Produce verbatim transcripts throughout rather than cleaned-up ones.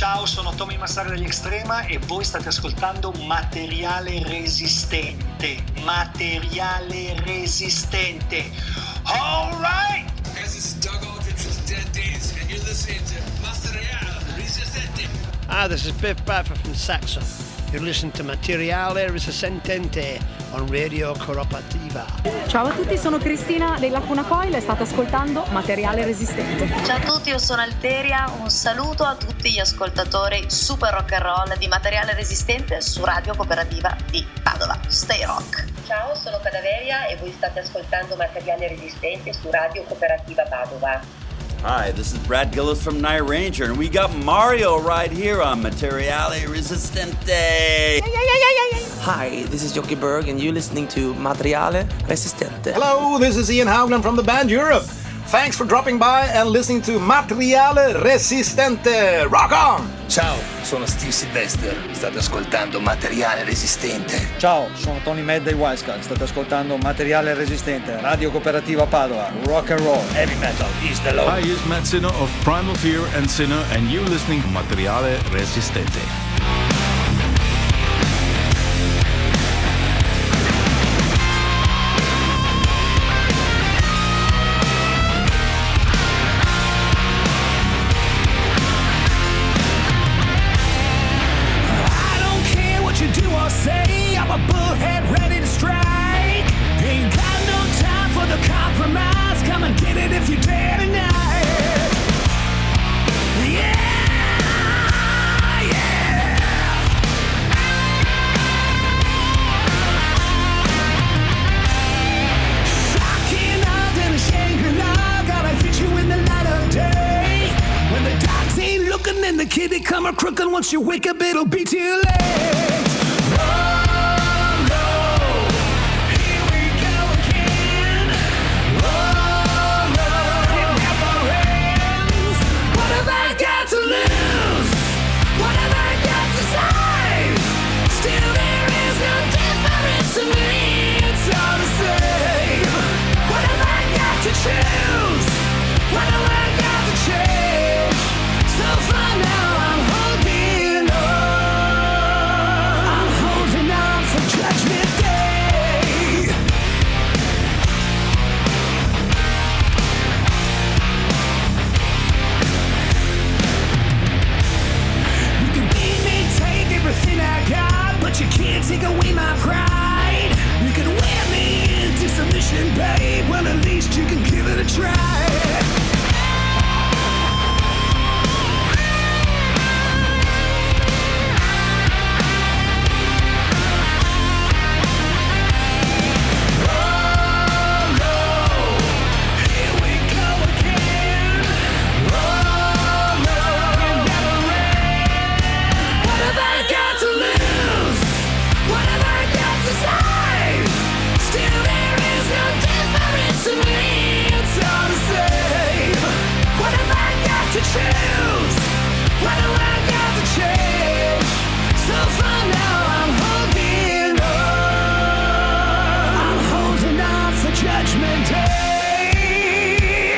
Ciao, sono Tommy Massaro degli Extrema e voi state ascoltando Materiale Resistente. Materiale Resistente. All right! This is Doug Aldrich with Dead Days, and you're listening to Materiale Resistente. Ah, this is Biff Buffer from Saxon. You're listening to Materiale Resistente on Radio Cooperativa. Ciao a tutti, sono Cristina dei Lacuna Coil e state ascoltando Materiale Resistente. Ciao a tutti, io sono Alteria, un saluto a tutti gli ascoltatori super rock and roll di Materiale Resistente su Radio Cooperativa di Padova. Stay rock! Ciao, sono Cadaveria e voi state ascoltando Materiale Resistente su Radio Cooperativa Padova. Hi, this is Brad Gillis from Night Ranger, and we got Mario right here on Materiale Resistente. Hi, this is Jockey Berg, and you're listening to Materiale Resistente. Hello, this is Ian Howland from the band Europe. Thanks for dropping by and listening to Materiale Resistente. Rock on! Ciao, sono Steve Sylvester, state ascoltando Materiale Resistente. Ciao, sono Tony Mad dei Wisecat, state ascoltando Materiale Resistente, Radio Cooperativa Padova, rock and roll, heavy metal is the law. Hi, it's Matt Sinner of Primal Fear and Sinner, and you're listening to Materiale Resistente. Once you wake up, it'll be too late. Oh no, here we go again. Oh no, it never ends. What have I got to lose? What have I got to save? Still there is no difference to me. It's all the same. What have I got to choose? What have I got to change? So far now I'm holding on. I'm holding on for Judgment Day. You can beat me, take everything I got, but you can't take away my pride. You can wear me into submission, babe. Well, at least you can give it a try. Choose. What do I got to change? So far now I'm holding on. I'm holding on for Judgment Day.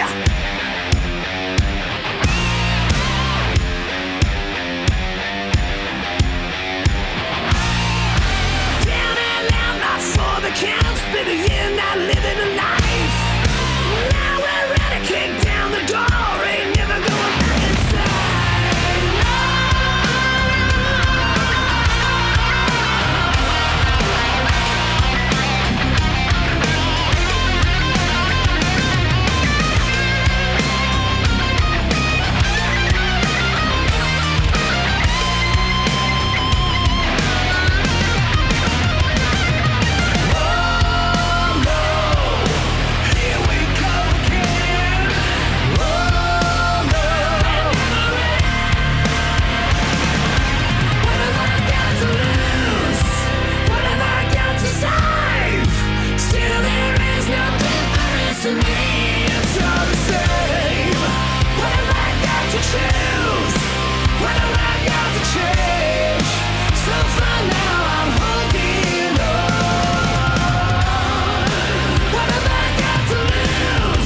Down and out, not for the count. Spend a year not living a life. Now we're ready to kick down the door. Ain't never going back.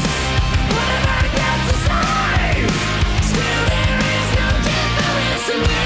To me.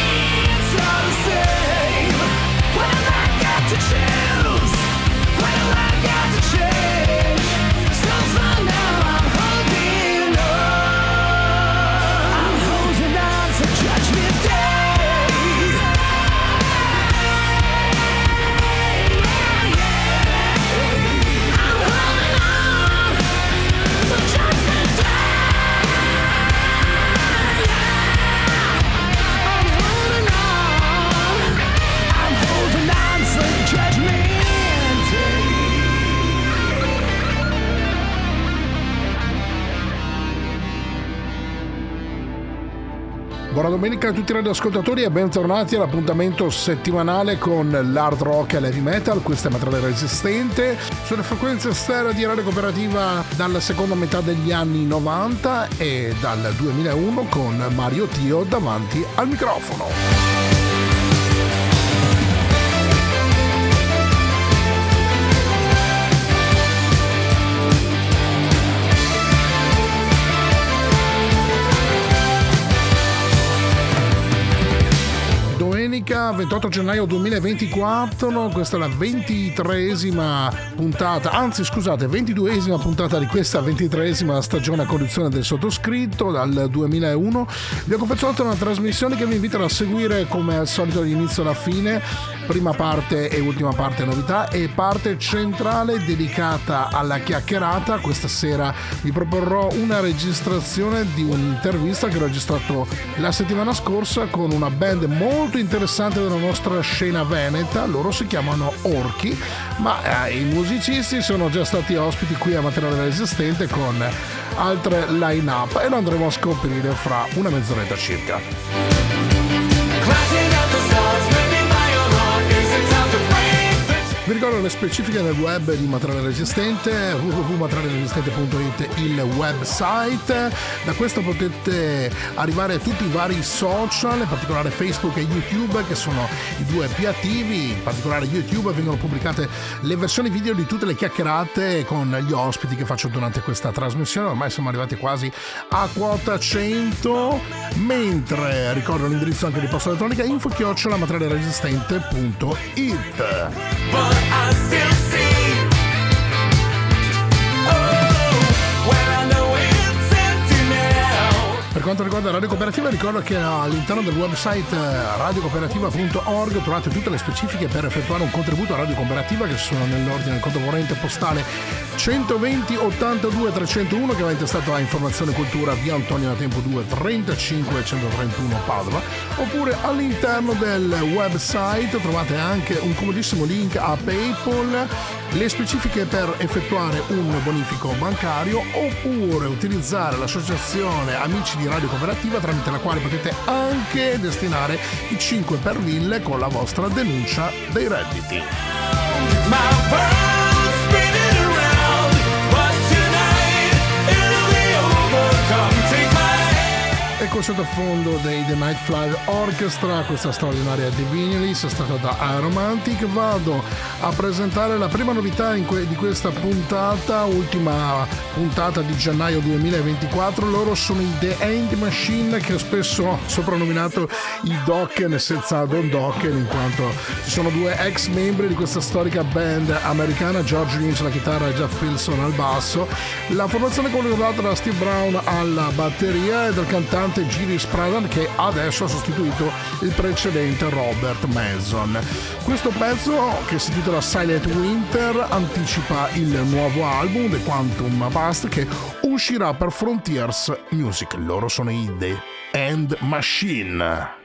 Buona domenica a tutti i radioascoltatori e bentornati all'appuntamento settimanale con l'hard rock e l'heavy metal. Questo è Materiale Resistente sulle frequenze stereo di Radio Cooperativa dalla seconda metà degli anni novanta e dal duemilauno con Mario Tio davanti al microfono. ventotto gennaio duemilaventiquattro, questa è la ventitreesima puntata, anzi scusate, ventiduesima puntata di questa ventitreesima stagione a conduzione del sottoscritto dal duemilauno. Vi ho confezionato una trasmissione che vi invito a seguire come al solito dall'inizio alla fine, prima parte e ultima parte novità e parte centrale dedicata alla chiacchierata. Questa sera vi proporrò una registrazione di un'intervista che ho registrato la settimana scorsa con una band molto interessante della nostra scena veneta. Loro si chiamano Orchi, ma eh, i musicisti sono già stati ospiti qui a Materiale Resistente con altre line-up e lo andremo a scoprire fra una mezz'oretta circa. Vi ricordo le specifiche del web di Materiale Resistente, w w w punto materiale resistente punto i t, il website. Da questo potete arrivare a tutti i vari social, in particolare Facebook e YouTube, che sono i due più attivi. In particolare YouTube vengono pubblicate le versioni video di tutte le chiacchierate con gli ospiti che faccio durante questa trasmissione. Ormai siamo arrivati quasi a quota cento, mentre ricordo l'indirizzo anche di posta elettronica info chiocciola materiale resistente punto i t. I still see. Oh, when I know it's empty now. Per quanto riguarda Radio Cooperativa, ricordo che all'interno del website radio cooperativa punto org trovate tutte le specifiche per effettuare un contributo a Radio Cooperativa, che sono nell'ordine del conto corrente postale centoventi ottantadue trecentouno, che va intestato a Informazione e Cultura via Antonio da Tempo due trentacinque centotrentuno Padova, oppure all'interno del website trovate anche un comodissimo link a PayPal, le specifiche per effettuare un bonifico bancario, oppure utilizzare l'associazione Amici di Radio Cooperativa, tramite la quale potete anche destinare i cinque per mille con la vostra denuncia dei redditi. E col sottofondo dei The Night Flight Orchestra, questa straordinaria The Vinylis, è stata da Aeromantic. Vado a presentare la prima novità in que- di questa puntata, ultima puntata di gennaio duemilaventiquattro. Loro sono i The End Machine, che ho spesso soprannominato i Dokken senza Don Dokken, in quanto ci sono due ex membri di questa storica band americana, George Lynch alla chitarra e Jeff Pilson al basso. La formazione collaborata da Steve Brown alla batteria e dal cantante Giri Spradan, che adesso ha sostituito il precedente Robert Mason. Questo pezzo, che si intitola Silent Winter, anticipa il nuovo album The Quantum Past, che uscirà per Frontiers Music. Loro sono i The End Machine.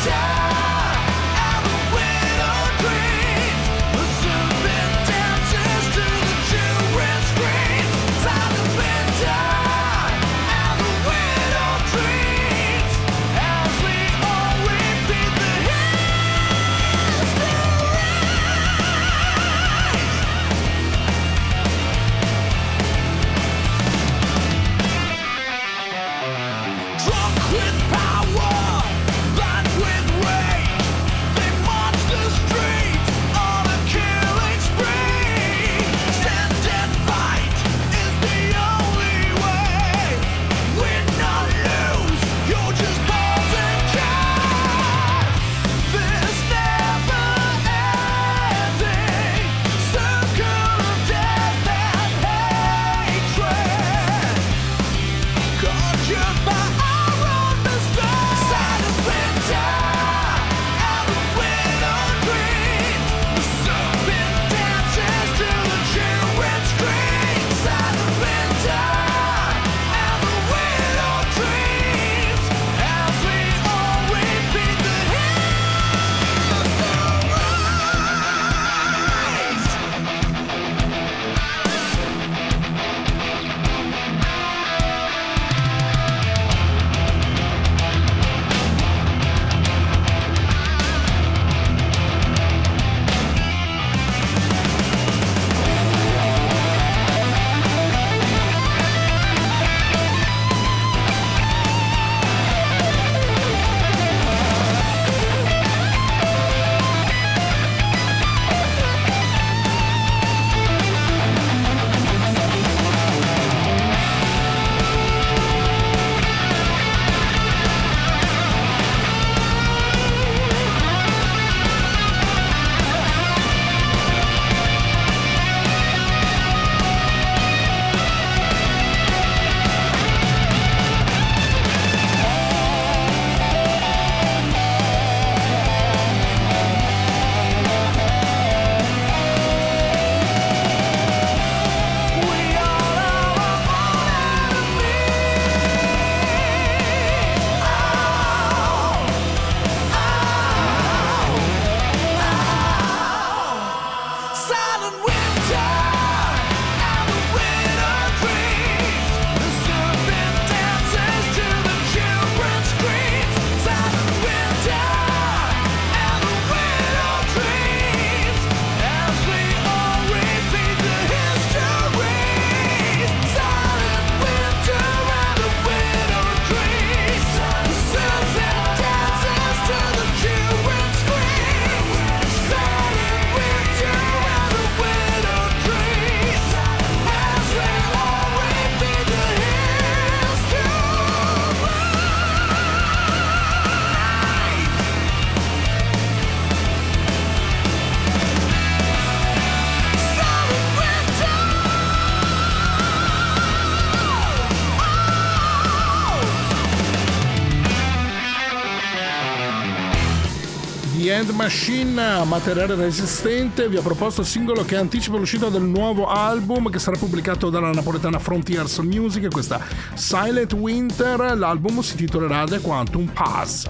The End Machine, materiale resistente, vi ha proposto il singolo che anticipa l'uscita del nuovo album che sarà pubblicato dalla napoletana Frontiers Music, questa Silent Winter. L'album si titolerà The Quantum Pass.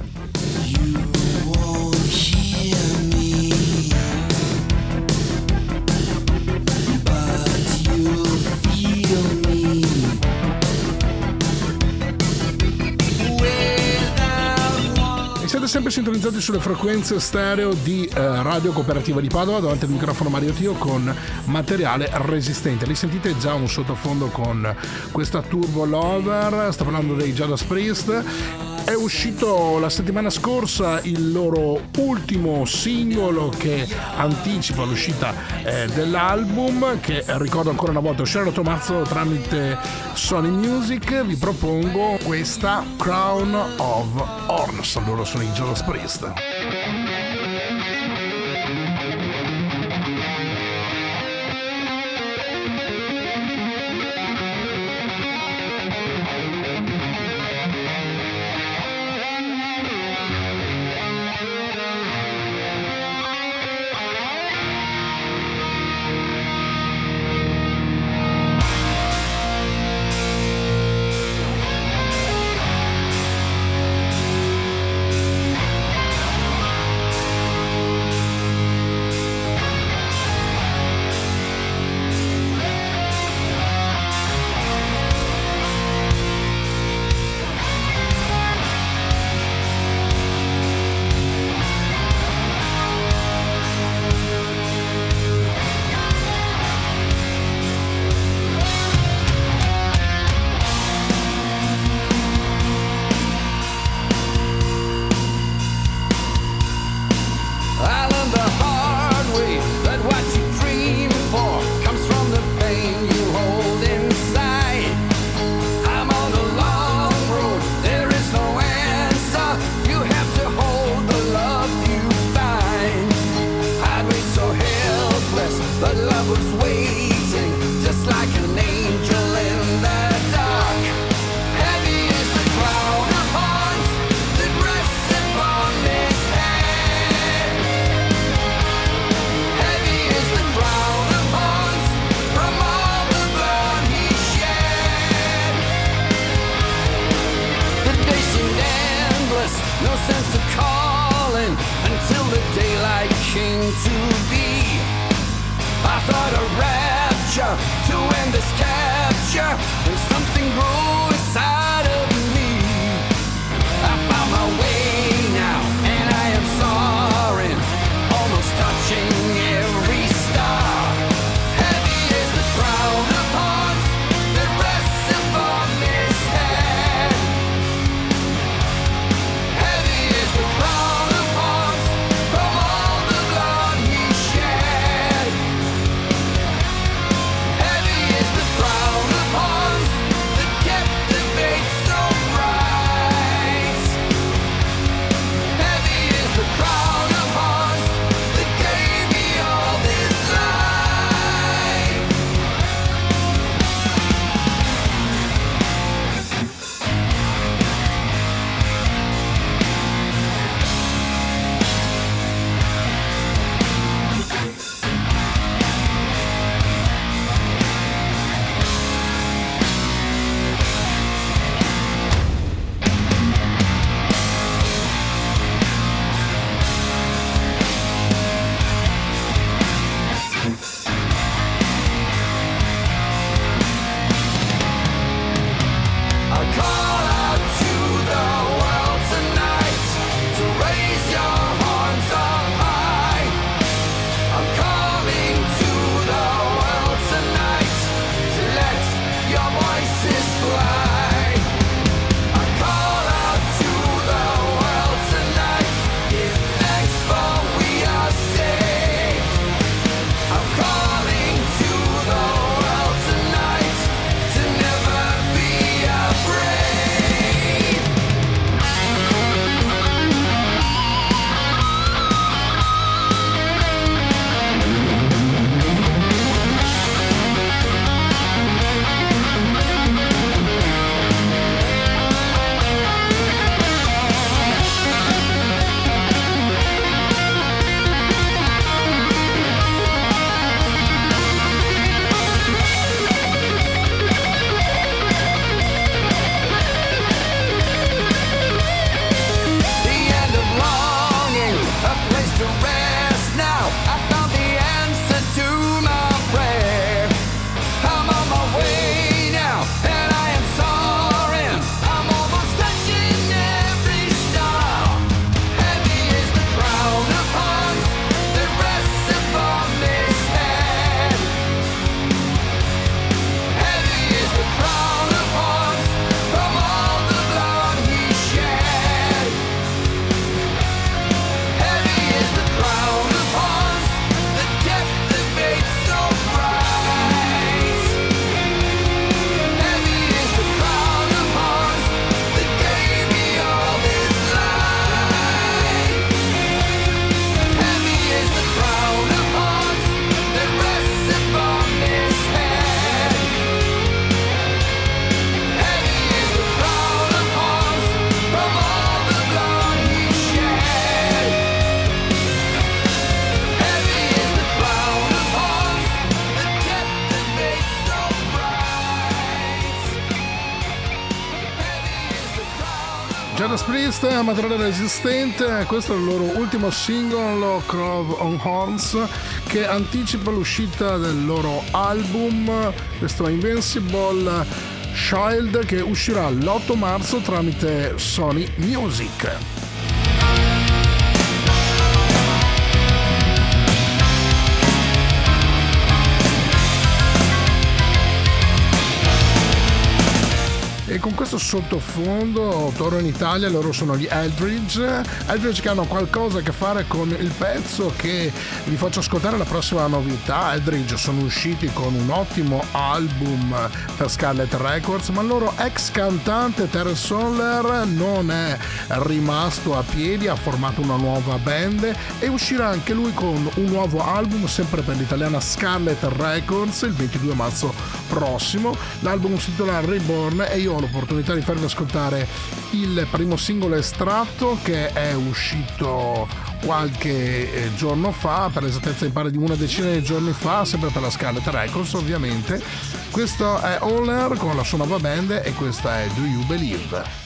Siete sempre sintonizzati sulle frequenze stereo di eh, Radio Cooperativa di Padova, davanti al microfono Mario Tio con materiale resistente. Li sentite già un sottofondo con questa Turbo Lover, sto parlando dei Judas Priest. È uscito la settimana scorsa il loro ultimo singolo che anticipa l'uscita eh, dell'album, che ricordo ancora una volta uscirà l'otto marzo tramite Sony Music. Vi propongo questa Crown of Thorns, loro sono i Judas Priest. to be. I thought a rapture to end this capture, and something grew inside of me. I found my way now, and I am soaring, almost touching every star. Heavy is the crown of hearts that rests upon this head. Heavy is the crown of hearts from all the blood he shed. Heavy is the crown of hearts that kept the faith so bright. Heavy is the crown of hearts that gave me all this life. I call out to the world tonight to raise your horns up high. I'm calling to the world tonight to let your voices fly. I call out to the world tonight, give thanks for we are saved. I'm calling to the world tonight to never be afraid. The end of longing, a place to rest now. I found the answer to my prayer. I'm on my way now, and I am soaring. I'm almost touching every star. Heavy is the crown of hearts that rests upon this head. Heavy is the crown of hearts from all the blood he shed. Heavy is the crown of hearts that kept the faith so bright. Heavy is the crown of hearts that gave me all this life. Heavy is the crown of hearts that rests upon this head. Heavy is the crown of hearts from all the blood he shed. Heavy is the crown of hearts that kept the faith so bright. Heavy is the crown of Judas Priest, materiale resistente, questo è il loro ultimo singolo, Crow on Horns, che anticipa l'uscita del loro album, questo Invincible Child, che uscirà l'otto marzo tramite Sony Music. E con questo sottofondo torno in Italia, loro sono gli Eldridge, Eldridge che hanno qualcosa a che fare con il pezzo che vi faccio ascoltare, la prossima novità. Eldridge sono usciti con un ottimo album per Scarlet Records, ma il loro ex cantante Terence Soler non è rimasto a piedi, ha formato una nuova band e uscirà anche lui con un nuovo album sempre per l'italiana Scarlet Records il ventidue marzo prossimo. L'album si intitola Reborn e io ho l'opportunità di farvi ascoltare il primo singolo estratto, che è uscito qualche eh, giorno fa, per l'esattezza mi pare di una decina di giorni fa, sempre per la Scarlet Records ovviamente. Questo è Oler con la sua nuova band e questa è Do You Believe?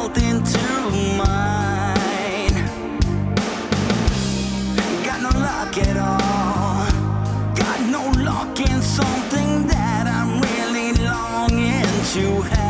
both into mine. Got no luck at all. Got no luck in something that I'm really longing to have.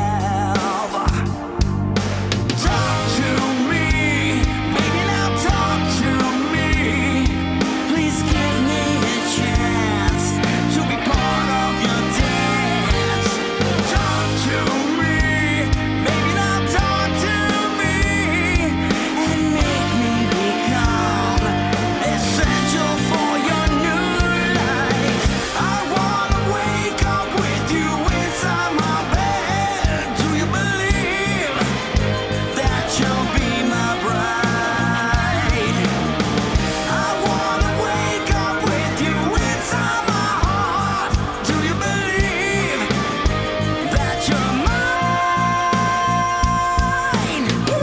Talk to me, baby, now talk to me. Please give me a chance to be part of your dance. Talk to me, baby, now talk to me and make me become essential for your new life. I wanna wake up with you inside my bed. Do you believe that you'll be my bride? I wanna wake up with you inside my heart. Do you believe that you're mine?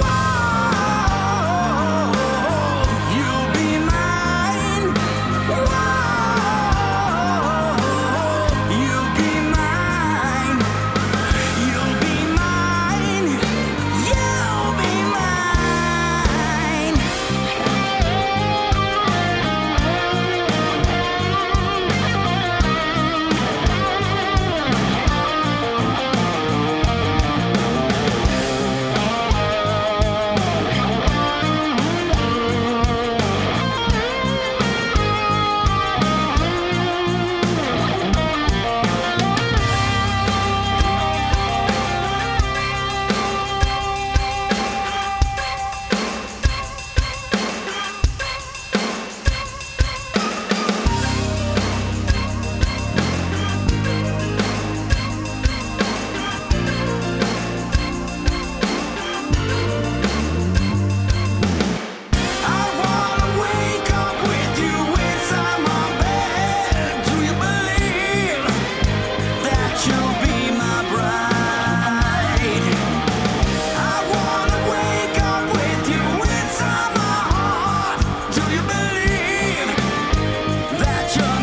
Whoa, you'll be mine. Whoa, you'll be mine. You'll be mine. You'll be mine. I wanna wake up with you inside my bed. Do you believe that you'll be my bride? I wanna wake up with you inside my heart. Do you believe that you're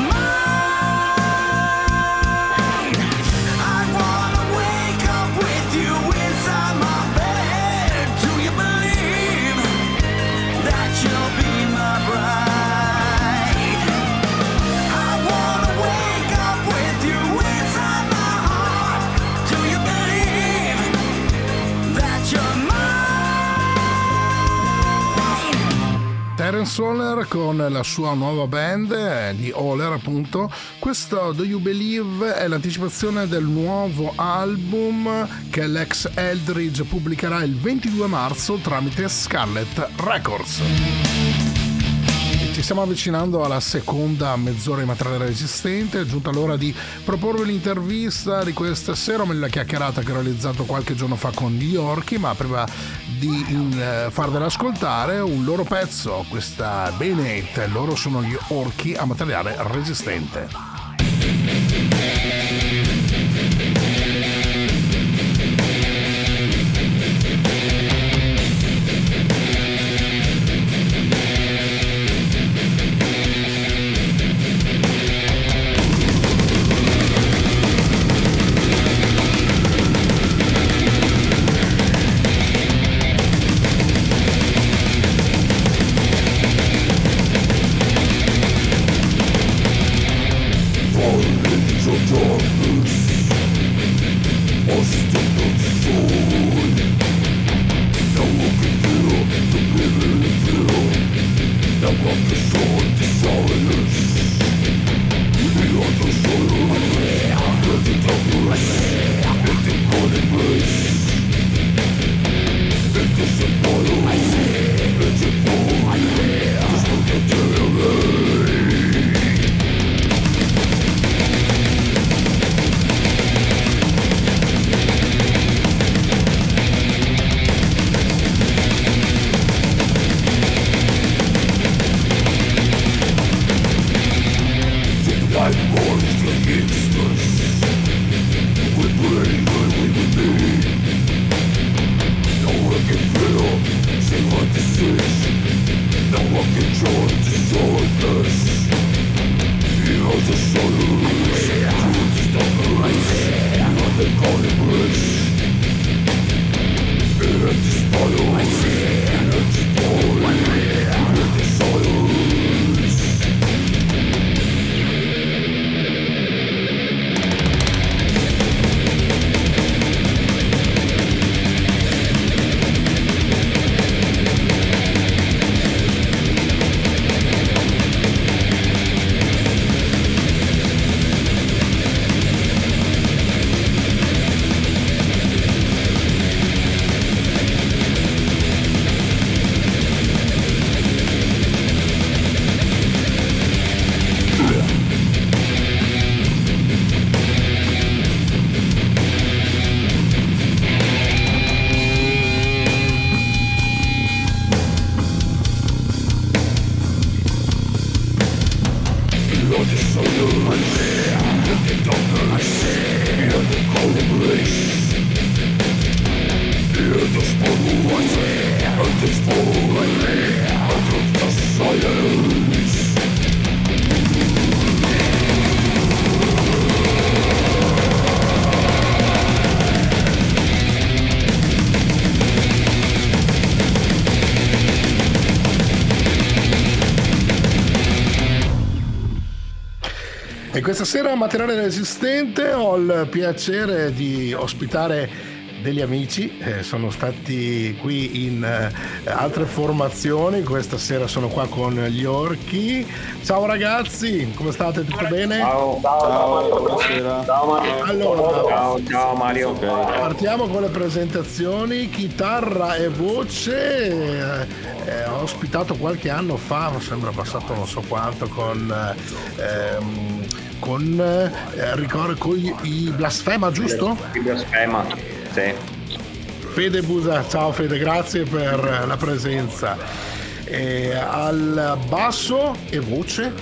mine? I wanna wake up with you inside my bed. Do you believe that you'll be my bride? I wanna wake up with you inside my heart. Do you believe that you're mine? Terence Holler con la sua nuova band eh, di Holler, appunto. Questo Do You Believe è l'anticipazione del nuovo album che l'ex Eldridge pubblicherà il ventidue marzo tramite Scarlet Records. Ci stiamo avvicinando alla seconda mezz'ora di materiale resistente. È giunta l'ora di proporvi l'intervista di questa sera, o meglio la chiacchierata che ho realizzato qualche giorno fa con gli Orchi, ma prima di in, eh, farvela ascoltare un loro pezzo, questa Bayonet. Loro sono gli Orchi a materiale resistente. E questa sera a Materiale Resistente ho il piacere di ospitare degli amici, eh, sono stati qui in eh, altre formazioni, questa sera sono qua con gli Orchi. Ciao ragazzi, come state? Tutto bene? Ciao, ciao, ciao, buonasera. Ciao Mario. Allora, ciao, ciao Mario. Okay. Partiamo con le presentazioni, chitarra e voce. Eh, ho ospitato qualche anno fa, mi sembra passato non so quanto, con ehm, con eh, ricordo con i, i Blasfema, giusto? I Blasfema, sì. Fede Busa, ciao Fede, grazie per la presenza. E al basso e voce.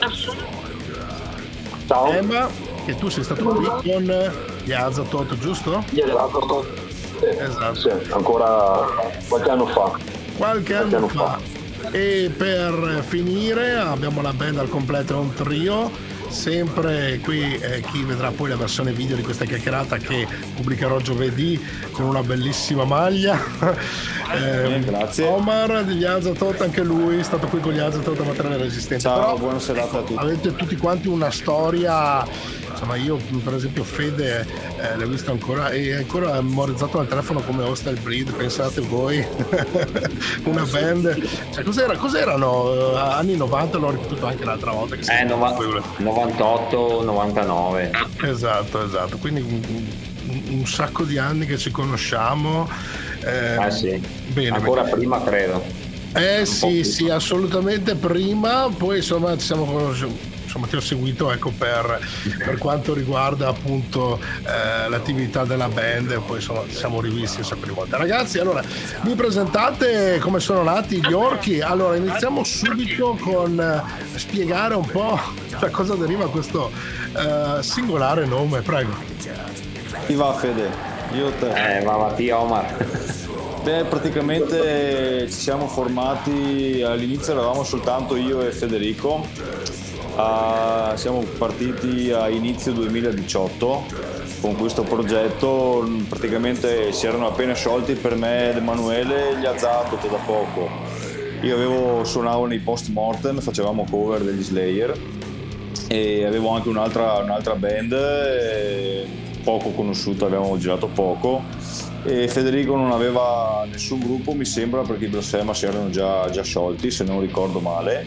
Ciao. Emma, che tu sei stato qui con gli Azathoth, giusto? Gli Azathoth, sì. Esatto. Sì, ancora qualche anno fa. Qualche anno, anno fa. fa. E per finire abbiamo la band al completo, un trio. Sempre qui eh, chi vedrà poi la versione video di questa chiacchierata che pubblicherò giovedì con una bellissima maglia. eh, grazie. Omar degli Azathoth, anche lui è stato qui con gli Azathoth a Materiale Resistente. Ciao, Però, buona serata a tutti. Avete tutti quanti una storia, insomma io per esempio Fede eh, l'ho visto ancora e è ancora memorizzato al telefono come Hostile Breed, pensate voi. Una band, cioè, cos'era, cos'erano anni novanta, l'ho ripetuto anche l'altra volta che eh, novantotto novantanove. Esatto, esatto, quindi un, un sacco di anni che ci conosciamo. Eh, ah sì, bene, ancora bene. Prima credo. Eh sì, sì, assolutamente prima, poi insomma ci siamo conosciuti. Insomma ti ho seguito ecco per, per quanto riguarda appunto eh, l'attività della band e poi insomma ci siamo rivisti un sacco di volte. Ragazzi, allora vi presentate come sono nati gli Orchi. Allora iniziamo subito con eh, spiegare un po' da cosa deriva questo eh, singolare nome, prego. Chi va Fede? Io te. Eh, va avanti Omar. Beh, praticamente ci siamo formati, all'inizio eravamo soltanto io e Federico. Uh, siamo partiti a inizio duemiladiciotto con questo progetto, praticamente si erano appena sciolti per me ed Emanuele gli Azathoth da poco. Io avevo suonavo nei Post Mortem, facevamo cover degli Slayer e avevo anche un'altra, un'altra band eh, poco conosciuta, avevamo girato poco e Federico non aveva nessun gruppo mi sembra perché i Blasfema si erano già, già sciolti se non ricordo male,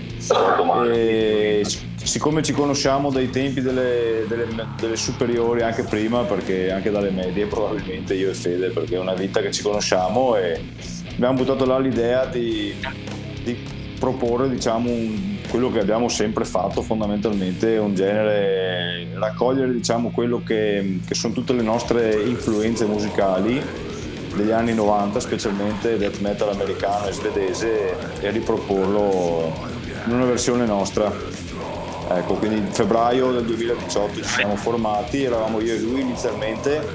e siccome ci conosciamo dai tempi delle, delle, delle superiori anche prima perché anche dalle medie probabilmente io e Fede perché è una vita che ci conosciamo e abbiamo buttato là l'idea di, di proporre diciamo un, quello che abbiamo sempre fatto fondamentalmente un genere, raccogliere diciamo quello che, che sono tutte le nostre influenze musicali degli anni novanta, specialmente death metal americano e svedese e riproporlo in una versione nostra. Ecco, quindi in febbraio del duemiladiciotto ci siamo formati, eravamo io e lui inizialmente,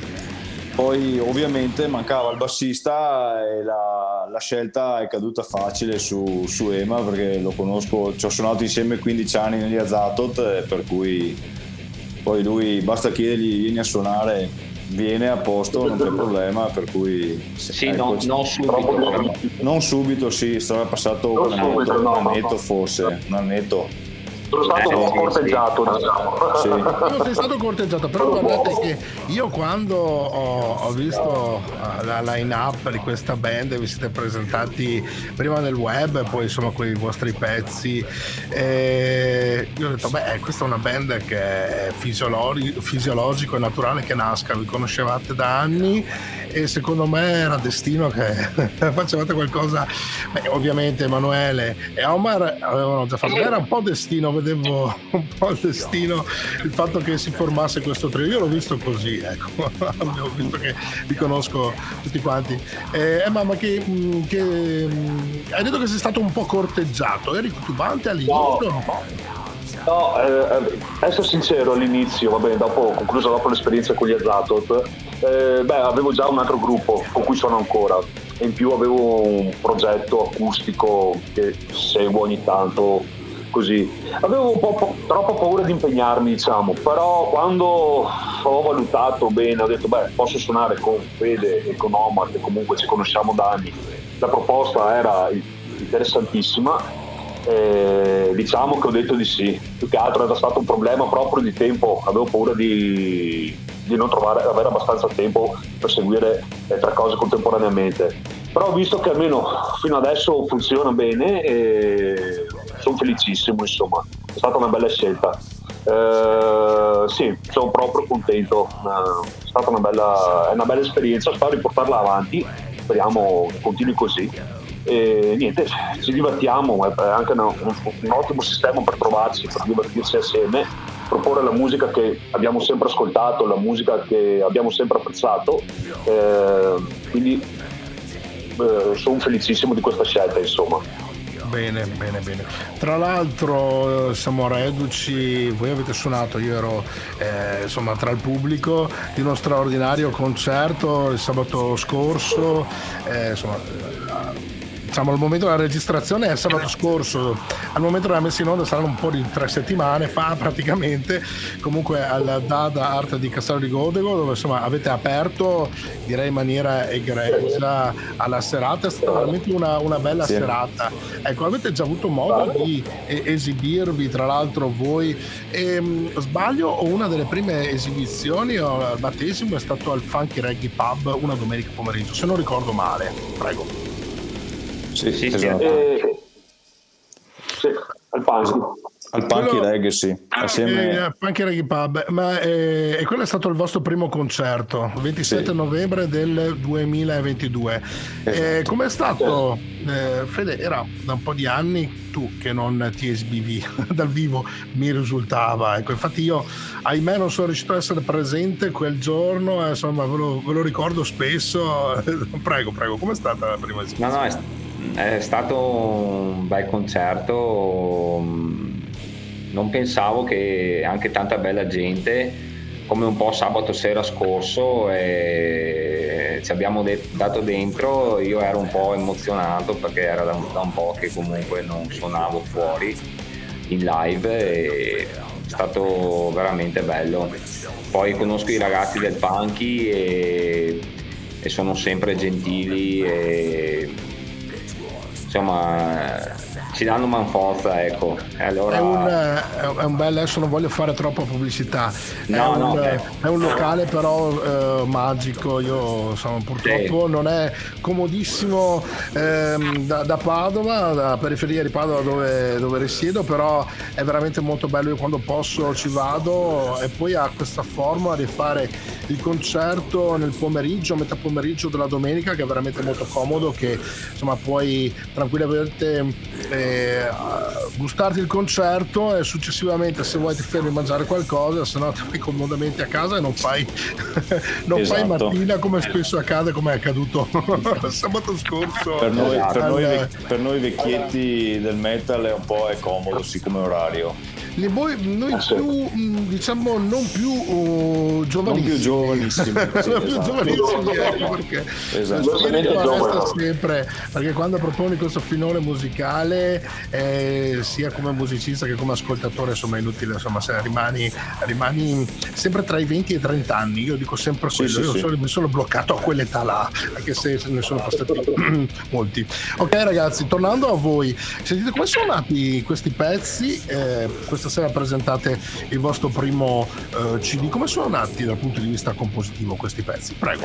poi ovviamente mancava il bassista e la, la scelta è caduta facile su, su Ema perché lo conosco, ci ho suonato insieme quindici anni negli Azathoth, per cui poi lui basta chiedergli vieni a suonare viene a posto, non c'è problema, per cui sì, ecco, no, non subito non subito, sì, sarà passato un annetto, un annetto forse un annetto. Sono stato Eh, un po' sì, corteggiato, diciamo. Sì. Non sei stato corteggiato, però guardate che io quando ho, ho visto la line up di questa band, vi siete presentati prima nel web e poi insomma con i vostri pezzi, e io ho detto beh, questa è una band che è fisiologi- fisiologico e naturale che nasca, vi conoscevate da anni e secondo me era destino che facevate qualcosa. Beh, ovviamente Emanuele e Omar avevano già fatto, era un po' destino, vedevo un po' il destino il fatto che si formasse questo trio, io l'ho visto così, ecco. Abbiamo visto che li conosco tutti quanti. Eh, ma, ma che, che hai detto che sei stato un po' corteggiato, eri titubante all'inizio? No. No, eh, essere sincero, all'inizio, va bene, dopo, concluso dopo l'esperienza con gli Azatoth, eh, beh, avevo già un altro gruppo con cui sono ancora, e in più avevo un progetto acustico che seguo ogni tanto, così. Avevo un po', po' troppa paura di impegnarmi, diciamo, però quando ho valutato bene, ho detto, beh, posso suonare con Fede e con Omar, che comunque ci conosciamo da anni, la proposta era interessantissima. Eh, diciamo che ho detto di sì, più che altro era stato un problema proprio di tempo, avevo paura di, di non trovare, avere abbastanza tempo per seguire eh, tre cose contemporaneamente, però ho visto che almeno fino adesso funziona bene e sono felicissimo, insomma è stata una bella scelta. Eh, sì, sono proprio contento, eh, è stata una bella, è una bella esperienza, spero di portarla avanti, speriamo che continui così. E niente, ci divertiamo, è anche un, un ottimo sistema per trovarci, per divertirsi assieme, proporre la musica che abbiamo sempre ascoltato, la musica che abbiamo sempre apprezzato, eh, quindi eh, sono felicissimo di questa scelta, insomma. Bene, bene, bene. Tra l'altro siamo reduci, voi avete suonato, io ero eh, insomma tra il pubblico di uno straordinario concerto il sabato scorso, eh, insomma diciamo al momento della registrazione è sabato scorso, al momento della messa in onda saranno un po' di tre settimane fa praticamente, comunque al Dada Art di Castello di Godego, dove insomma avete aperto direi in maniera egregia alla serata, è stata veramente una, una bella sì. serata. Ecco, avete già avuto modo di eh, esibirvi tra l'altro voi, e, mh, sbaglio o una delle prime esibizioni o al battesimo è stato al Funky Reggae Pub una domenica pomeriggio, se non ricordo male, prego. Sì, sì, esatto. Eh, sì, al Punky. Al Punky Quello... Reggae, sì. Assieme... Eh, Punky Reggae Pub, ma eh, e quello è stato il vostro primo concerto, ventisette sì. novembre del duemilaventidue. Esatto. Eh, com'è stato? Eh, Fede, era da un po' di anni tu che non ti esibivi dal vivo, mi risultava. Ecco, infatti io, ahimè, non sono riuscito a essere presente quel giorno, eh, insomma, ve lo, ve lo ricordo spesso. prego, prego, com'è stata la prima esibizione? No, no, è... È stato un bel concerto, non pensavo che anche tanta bella gente, come un po' sabato sera scorso, e ci abbiamo de- dato dentro, io ero un po' emozionato perché era da un, da un po' che comunque non suonavo fuori in live e è stato veramente bello. Poi conosco i ragazzi del Punky e, e sono sempre gentili e insomma ci danno manforza, ecco. E allora... è, un, è un bel, adesso non voglio fare troppa pubblicità, no, è, un, no, eh. è un locale però eh, magico, io insomma, purtroppo sì. non è comodissimo ehm, da, da Padova, da periferia di Padova dove, dove risiedo, però è veramente molto bello, io quando posso ci vado, e poi ha questa forma di fare il concerto nel pomeriggio, metà pomeriggio della domenica, che è veramente molto comodo, che insomma puoi tranquillamente eh, gustarti il concerto e successivamente se vuoi ti fermi a mangiare qualcosa, se no ti vai comodamente a casa e non fai non esatto. fai mattina come spesso accade, come è accaduto sabato scorso. Per noi, per, al... noi, per noi vecchietti del metal è un po' è comodo sì come orario. le voi, noi più diciamo non più uh, giovanissimi, non più giovanissimi, sì, non più esatto. giovanissimi, ecco perché esatto. lo spirito resta sempre, perché quando proponi questo filone musicale eh, sia come musicista che come ascoltatore, insomma è inutile, insomma se rimani, rimani sempre tra i venti e i trenta anni, io dico sempre quello, sì, io sì, sono, sì. mi sono bloccato a quell'età là, anche se ne sono passati molti. Ok ragazzi, tornando a voi, sentite come sono nati questi pezzi, eh, questa sera presentate il vostro primo eh, C D, come sono nati dal punto di vista compositivo questi pezzi? Prego.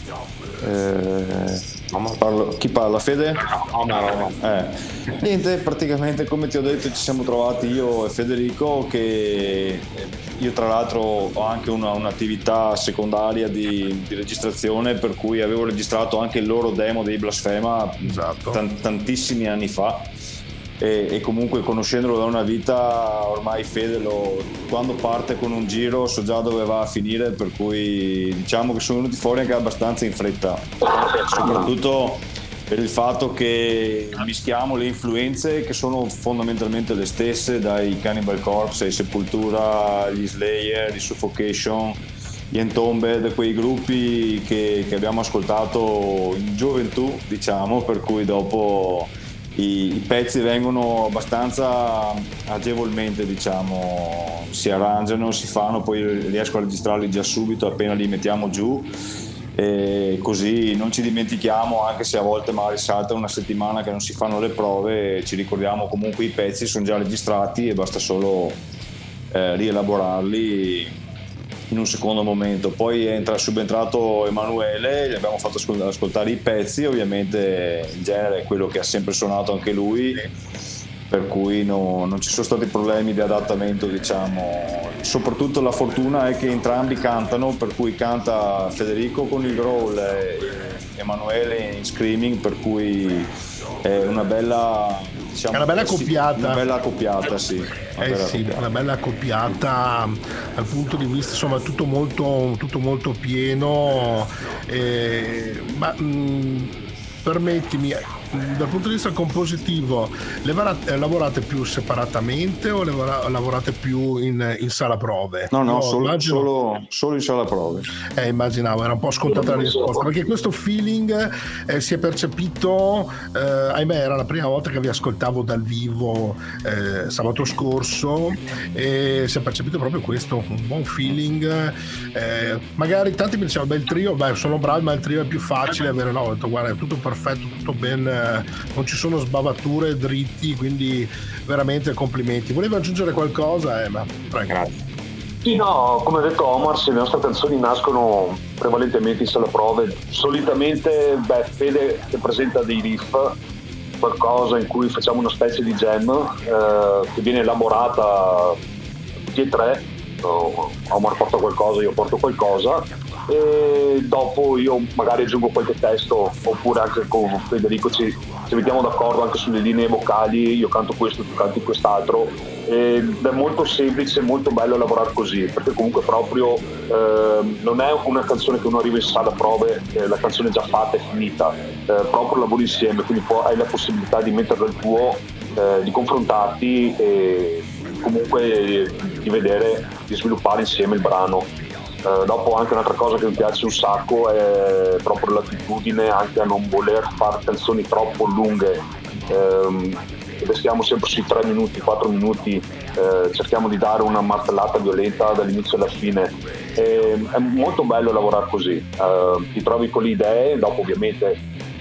Eh, parlo, chi parla? Fede? No, no, no. Eh, niente, praticamente come ti ho detto ci siamo trovati io e Federico, che io tra l'altro ho anche una, un'attività secondaria di, di registrazione, per cui avevo registrato anche il loro demo dei Blasfema, esatto. t- tantissimi anni fa. E, e comunque conoscendolo da una vita ormai Fede lo, quando parte con un giro so già dove va a finire, per cui diciamo che sono venuti fuori anche abbastanza in fretta, soprattutto per il fatto che mischiamo le influenze che sono fondamentalmente le stesse, dai Cannibal Corpse ai Sepultura, gli Slayer, gli Suffocation, gli Entombed, quei gruppi che, che abbiamo ascoltato in gioventù, diciamo, per cui dopo I, i pezzi vengono abbastanza agevolmente, diciamo, si arrangiano, si fanno, poi riesco a registrarli già subito appena li mettiamo giù, e così non ci dimentichiamo, anche se a volte magari salta una settimana che non si fanno le prove, ci ricordiamo comunque i pezzi sono già registrati e basta solo eh, rielaborarli in un secondo momento. Poi è subentrato Emanuele, gli abbiamo fatto ascoltare i pezzi, ovviamente il genere è quello che ha sempre suonato anche lui, per cui no, non ci sono stati problemi di adattamento, diciamo. Soprattutto la fortuna è che entrambi cantano, per cui canta Federico con il growl e Emanuele in screaming, per cui è una bella, diciamo, è una bella accoppiata, una bella accoppiata, sì, una eh bella sì, accoppiata. Una bella accoppiata dal punto di vista, insomma, tutto molto, tutto molto pieno, eh, ma mh, permettimi, dal punto di vista compositivo lavorate, lavorate più separatamente o lavorate più in, in sala prove? No, no, no solo, immagino... solo, solo in sala prove. Eh, immaginavo, era un po' scontata la risposta, perché questo feeling eh, si è percepito, eh, ahimè era la prima volta che vi ascoltavo dal vivo eh, sabato scorso, e si è percepito proprio questo, un buon feeling, eh, magari tanti mi dicevano, beh il trio, beh sono bravi ma il trio è più facile avere, no, ho detto guarda è tutto perfetto, tutto ben, non ci sono sbavature dritti, quindi veramente complimenti. Volevo aggiungere qualcosa? Eh, ma prego. Grazie. Sì, no, come ha detto Omar, le nostre canzoni nascono prevalentemente in sala prove. Solitamente, beh, Fede che presenta dei riff, qualcosa in cui facciamo una specie di jam eh, che viene elaborata tutti e tre. Omar porta qualcosa, io porto qualcosa, e dopo io magari aggiungo qualche testo, oppure anche con Federico ci, ci mettiamo d'accordo anche sulle linee vocali, io canto questo, tu canti quest'altro, ed è molto semplice, molto bello lavorare così, perché comunque proprio eh, non è una canzone che uno arriva in sala prove, eh, la canzone è già fatta, è finita, eh, proprio lavori insieme, quindi poi hai la possibilità di metterlo al tuo, eh, di confrontarti e comunque di vedere, di sviluppare insieme il brano. Uh, dopo anche un'altra cosa che mi piace un sacco è proprio l'attitudine anche a non voler fare canzoni troppo lunghe, um, restiamo sempre sui tre minuti, quattro minuti, uh, cerchiamo di dare una martellata violenta dall'inizio alla fine, e, è molto bello lavorare così, uh, ti trovi con le idee, dopo ovviamente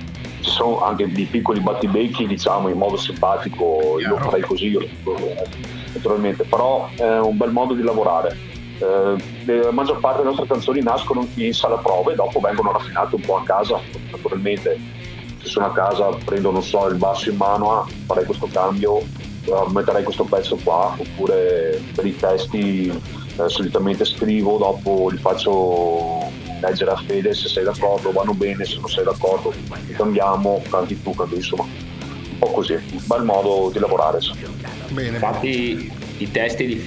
ci sono anche dei piccoli battibecchi, diciamo, in modo simpatico, io lo farei così io, naturalmente, però è un bel modo di lavorare. Eh, la maggior parte delle nostre canzoni nascono in sala prove, dopo vengono raffinate un po' a casa, naturalmente se sono a casa prendo, non so, il basso in mano, ah, farei questo cambio, eh, metterei questo pezzo qua, oppure per i testi eh, solitamente scrivo, dopo li faccio leggere a Fede, se sei d'accordo vanno bene, se non sei d'accordo cambiamo, canti tu, canti, insomma un po' così, un bel modo di lavorare. Bene. Infatti i testi li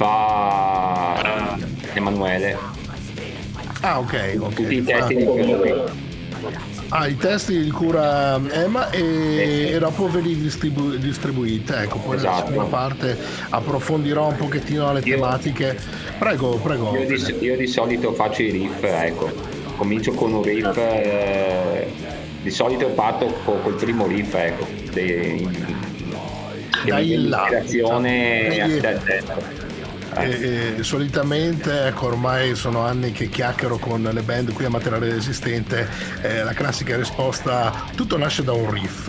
fa Emanuele. Ah, ok, ok. Tutti i testi di quello qui. Ah, i testi li cura Emma e, e dopo ve li distribu- distribuite, ecco, poi Esatto. nella seconda parte approfondirò un pochettino le tematiche. Prego, prego. Io di, io di solito faccio i riff, ecco, comincio con un riff, eh, di solito parto con, col primo riff, ecco, de, che Dai mi là, ispirazione diciamo. a te dentro. E, e solitamente, ecco, ormai sono anni che chiacchiero con le band qui a Materiale Resistente, eh, la classica risposta: tutto nasce da un riff.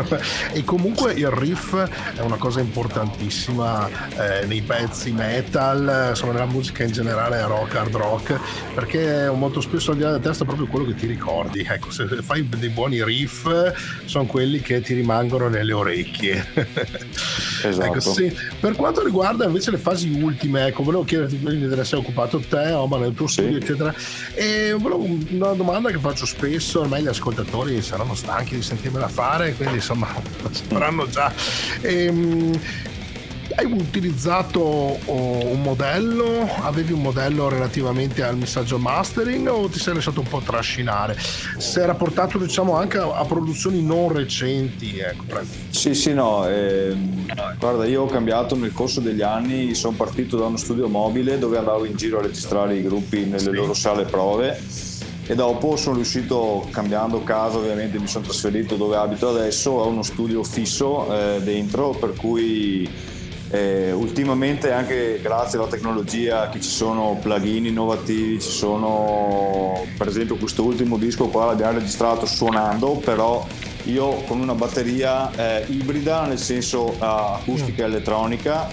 E comunque il riff è una cosa importantissima eh, nei pezzi metal, insomma nella musica in generale, rock, hard rock, perché molto spesso al di là del testo è proprio quello che ti ricordi. Ecco, se fai dei buoni riff sono quelli che ti rimangono nelle orecchie. Esatto. Ecco, sì. Per quanto riguarda invece le fasi ultime, ecco, volevo chiederti, quindi te ne sei occupato te, Oma, nel tuo studio, eccetera, e volevo una domanda che faccio spesso, ormai gli ascoltatori saranno stanchi di sentirmela fare, quindi insomma sapranno già. Ehm, hai utilizzato oh, un modello? Avevi un modello relativamente al missaggio mastering o ti sei lasciato un po' trascinare? Si era portato, diciamo, anche a, a produzioni non recenti, ecco, prego. Sì, sì, no, ehm, guarda, io ho cambiato nel corso degli anni, sono partito da uno studio mobile dove andavo in giro a registrare i gruppi nelle sì. loro sale prove, e dopo sono riuscito, cambiando casa ovviamente, mi sono trasferito dove abito adesso, a uno studio fisso eh, dentro, per cui Eh, ultimamente, anche grazie alla tecnologia, che ci sono plugin innovativi, ci sono, per esempio questo ultimo disco qua l'abbiamo registrato suonando, però io con una batteria eh, ibrida, nel senso uh, acustica e elettronica,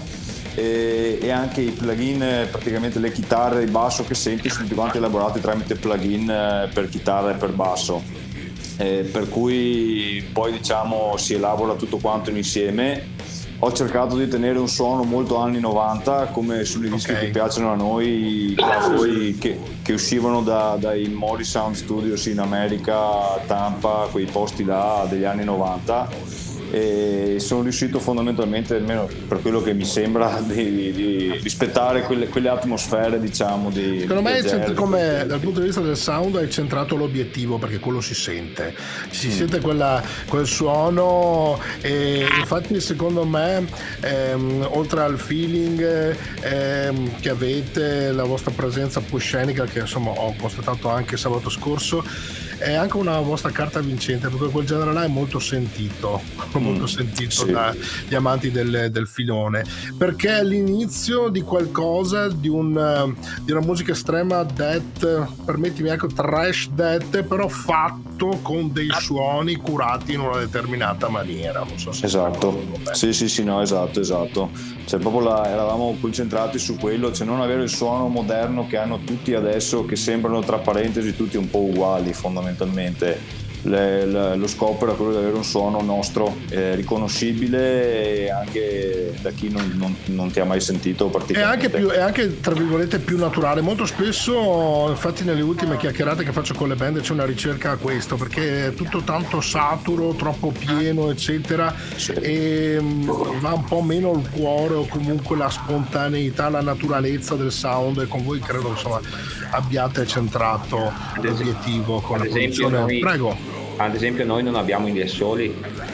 e, e anche i plugin, praticamente le chitarre e il basso che senti sono tutti quanti elaborati tramite plugin eh, per chitarra e per basso, eh, per cui poi diciamo si elabora tutto quanto insieme. Ho cercato di tenere un suono molto anni novanta, come sui dischi okay. che piacciono a noi, quelli che, che uscivano da, dai Mori Sound Studios in America, a Tampa, quei posti là degli anni novanta, e sono riuscito fondamentalmente, almeno per quello che mi sembra, di, di rispettare quelle, quelle atmosfere, diciamo, di secondo me di come dal punto di vista del sound hai centrato l'obiettivo, perché quello si sente si mm. sente quella, quel suono, e infatti secondo me ehm, oltre al feeling ehm, che avete, la vostra presenza poi scenica, che insomma ho constatato anche sabato scorso, è anche una vostra carta vincente, perché quel genere là è molto sentito, mm, molto sentito sì. dagli amanti del, del filone, perché è l'inizio di qualcosa, di, un, di una musica estrema death, permettimi, ecco, trash death, però fatto con dei suoni curati in una determinata maniera. Non so se esatto, sì sì sì, no, esatto, esatto. Cioè proprio là, eravamo concentrati su quello, cioè non avere il suono moderno che hanno tutti adesso, che sembrano tra parentesi tutti un po' uguali fondamentalmente. Le, le, lo scopo era quello di avere un suono nostro, eh, riconoscibile anche da chi non, non, non ti ha mai sentito praticamente. È anche, più, è anche tra virgolette più naturale. Molto spesso, infatti, nelle ultime chiacchierate che faccio con le band c'è una ricerca a questo, perché è tutto tanto saturo, troppo pieno, eccetera, sì. e um, va un po' meno il cuore, o comunque la spontaneità, la naturalezza del sound, e con voi credo, insomma, abbiate centrato l'obiettivo con la produzione. Noi... Prego. Ad esempio noi non abbiamo i soli,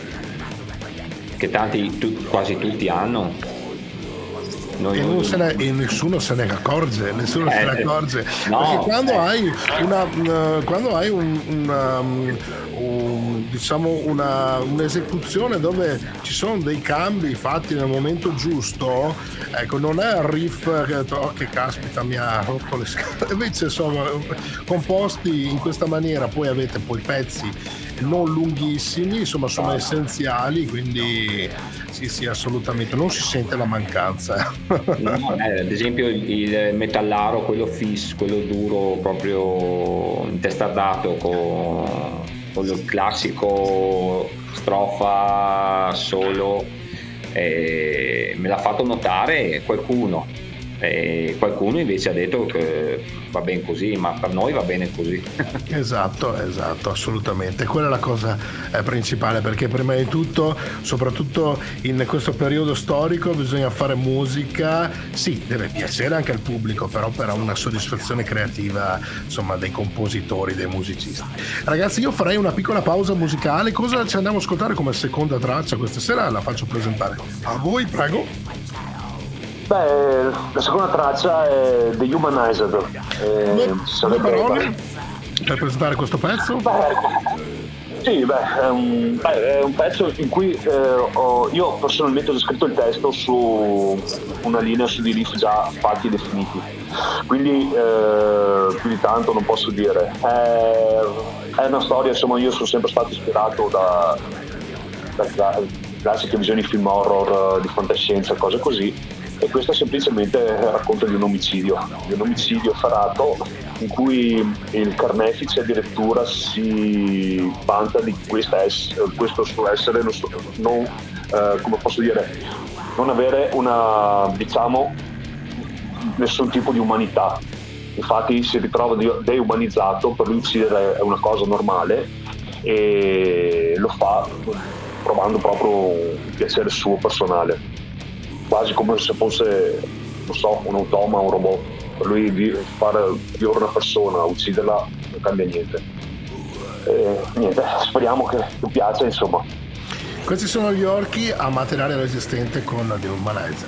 che tanti, tu, quasi tutti hanno. Noi e, non se ne, e nessuno se ne accorge, nessuno eh, se ne accorge. No, perché quando eh. hai una, una quando hai un, una, un, diciamo una, un'esecuzione dove ci sono dei cambi fatti nel momento giusto, ecco, non è il riff che, oh, che caspita mi ha rotto le scatole, invece insomma composti in questa maniera, poi avete poi pezzi non lunghissimi, insomma sono essenziali, quindi sì sì, assolutamente non si sente la mancanza. No, eh, ad esempio il, il metallaro, quello fiss, quello duro, proprio intestardato con, con il classico strofa solo, eh, me l'ha fatto notare qualcuno, E qualcuno invece ha detto che va bene così, ma per noi va bene così. Esatto, esatto, assolutamente. Quella è la cosa eh, principale, perché prima di tutto, soprattutto in questo periodo storico, bisogna fare musica, sì, deve piacere anche al pubblico, però per una soddisfazione creativa, insomma, dei compositori, dei musicisti. Ragazzi, io farei una piccola pausa musicale. Cosa ci andiamo a ascoltare come seconda traccia questa sera? La faccio presentare a voi, prego. Beh, la seconda traccia è The Humanized. Eh, due, due parole per presentare questo pezzo? Beh, sì, beh è, un, beh, è un pezzo in cui eh, ho, io personalmente ho scritto il testo su una linea su di riff già fatti e definiti. Quindi eh, più di tanto non posso dire. È, è una storia, insomma, io sono sempre stato ispirato da, da, da classiche visioni film horror, di fantascienza, cose così. E questo semplicemente racconta di un omicidio, di un omicidio efferato in cui il carnefice addirittura si vanta di questa ess- questo suo essere non, non eh, come posso dire, non avere una, diciamo, nessun tipo di umanità. Infatti si ritrova deumanizzato, per lui uccidere è una cosa normale e lo fa provando proprio un piacere suo personale, quasi come se fosse, non so, un automa, un robot. Per lui fare vivere una persona, ucciderla, non cambia niente. E niente, speriamo che ti piaccia, insomma. Questi sono gli orchi a materiale resistente con The Humanized.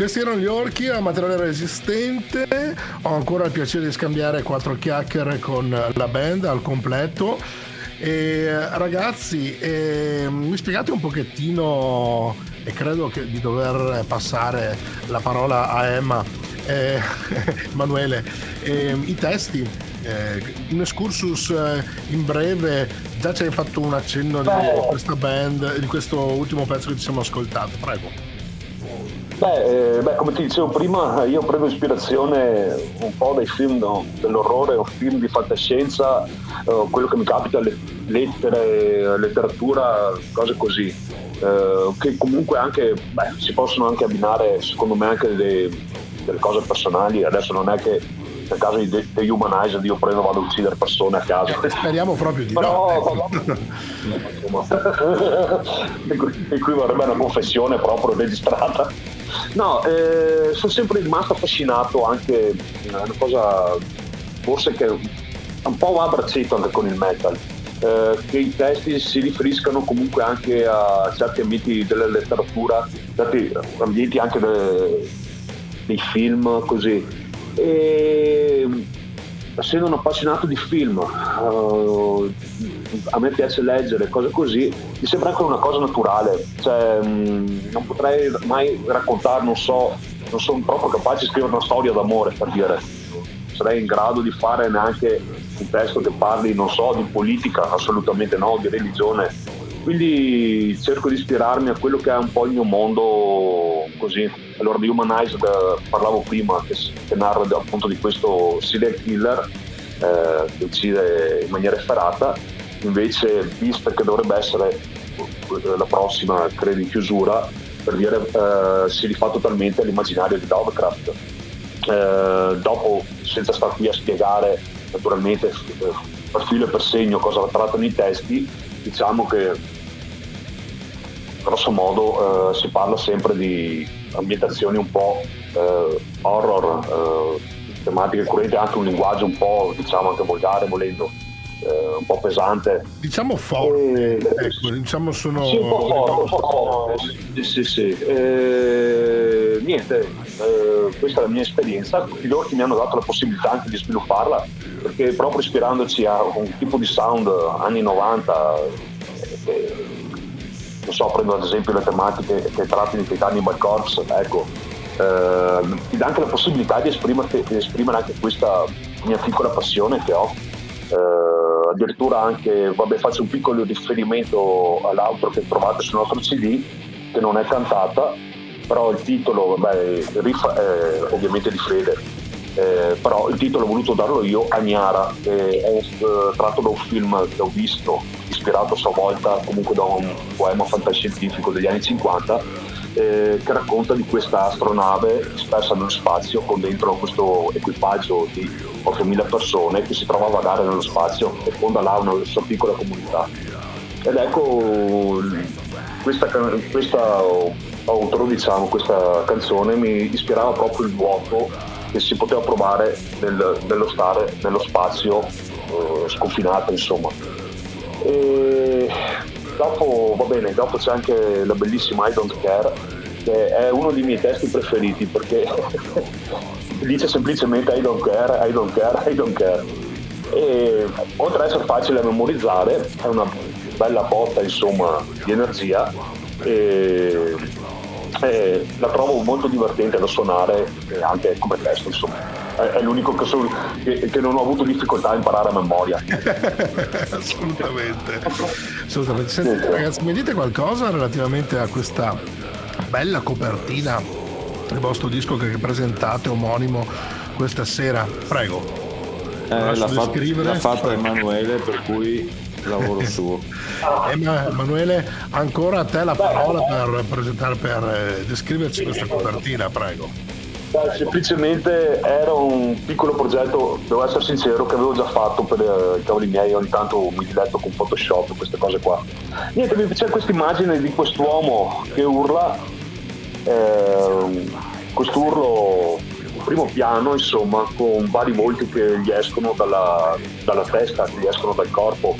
Questi erano gli Orchi a Materiale Resistente. Ho ancora il piacere di scambiare quattro chiacchiere con la band al completo. E, ragazzi, eh, mi spiegate un pochettino, e credo che di dover passare la parola a Emma, eh, Emanuele, eh, i testi, eh, un excursus eh, in breve. Già ci hai fatto un accenno di questa band, di questo ultimo pezzo che ci siamo ascoltato, prego. Beh, eh, beh, come ti dicevo prima, io prendo ispirazione un po' dai film, no, dell'orrore o film di fantascienza, eh, quello che mi capita, le lettere, letteratura, cose così, eh, che comunque anche, beh, si possono anche abbinare, secondo me, anche delle, delle cose personali. Adesso non è che nel caso di The Humanized io prendo e vado a uccidere persone a caso. Eh, speriamo proprio di Però, no. E qui vorrebbe una confessione proprio registrata. No, eh, sono sempre rimasto affascinato anche, una cosa forse che un po' va a braccetto anche con il metal, eh, che i testi si riferiscano comunque anche a certi ambienti della letteratura, certi ambienti anche de, dei film, così. E essendo un appassionato di film, uh, a me piace leggere cose così, mi sembra anche una cosa naturale, cioè mh, non potrei mai raccontare, non so, non sono proprio capace di scrivere una storia d'amore, per dire, non sarei in grado di fare neanche un testo che parli, non so, di politica, assolutamente no, di religione, quindi cerco di ispirarmi a quello che è un po' il mio mondo, così. Allora di Humanized parlavo prima, che, che narra appunto di questo serial killer eh, che uccide in maniera efferata. Invece Beast, che dovrebbe essere la prossima, credo, in chiusura, per dire, eh, si rifà totalmente all'immaginario di Lovecraft. Eh, dopo, senza star qui a spiegare naturalmente eh, per filo e per segno cosa trattano i testi, diciamo che grosso modo eh, si parla sempre di ambientazioni un po' eh, horror, eh, tematiche curenti, anche un linguaggio un po', diciamo, anche volgare volendo, eh, un po' pesante, diciamo forte, e, ecco, diciamo sono sì, un po' forte, un po' forte, sì, sì, sì. E, niente, eh, questa è la mia esperienza. Gli Orchi mi hanno dato la possibilità anche di svilupparla, perché proprio ispirandoci a un tipo di sound anni novanta, eh, non so, prendo ad esempio le tematiche che trattano i Cannibal Corpse, ecco, eh, ti dà anche la possibilità di esprimere, di esprimere anche questa mia piccola passione che ho. Eh, addirittura anche, vabbè, faccio un piccolo riferimento all'altro che trovate sul nostro C D, che non è cantata, però il titolo, vabbè, il riff è ovviamente di Fede, eh, però il titolo ho voluto darlo io, Agnara, che è uh, tratto da un film che ho visto, ispirato a sua volta comunque da un poema fantascientifico degli anni cinquanta, eh, che racconta di questa astronave dispersa nello spazio con dentro questo equipaggio di ottomila persone che si trova a vagare nello spazio e fonda là una sua piccola comunità. Ed ecco, questa, questa outro, diciamo, questa canzone mi ispirava proprio il vuoto che si poteva provare nel, nello stare nello spazio eh, sconfinato, insomma. E dopo, va bene, dopo c'è anche la bellissima I Don't Care, che è uno dei miei testi preferiti, perché dice semplicemente I don't care, I don't care, I don't care. E oltre ad essere facile da memorizzare, è una bella botta, insomma, di energia, e, e la trovo molto divertente da suonare, e anche come testo, insomma. È l'unico che, so, che, che non ho avuto difficoltà a imparare a memoria. Assolutamente. Assolutamente. Senti, ragazzi, mi dite qualcosa relativamente a questa bella copertina del vostro disco che presentate omonimo questa sera? Prego. Eh, l'ha, fatto, l'ha fatta Emanuele, per cui lavoro suo. Emanuele, ancora a te la parola per presentare, per descriverci questa copertina, prego. Beh, semplicemente era un piccolo progetto, devo essere sincero, che avevo già fatto per i cavoli miei. Ogni tanto mi diletto con Photoshop, queste cose qua. Niente, c'è questa immagine di quest'uomo che urla, eh, quest'urlo primo piano, insomma, con vari volti che gli escono dalla, dalla testa, che gli escono dal corpo.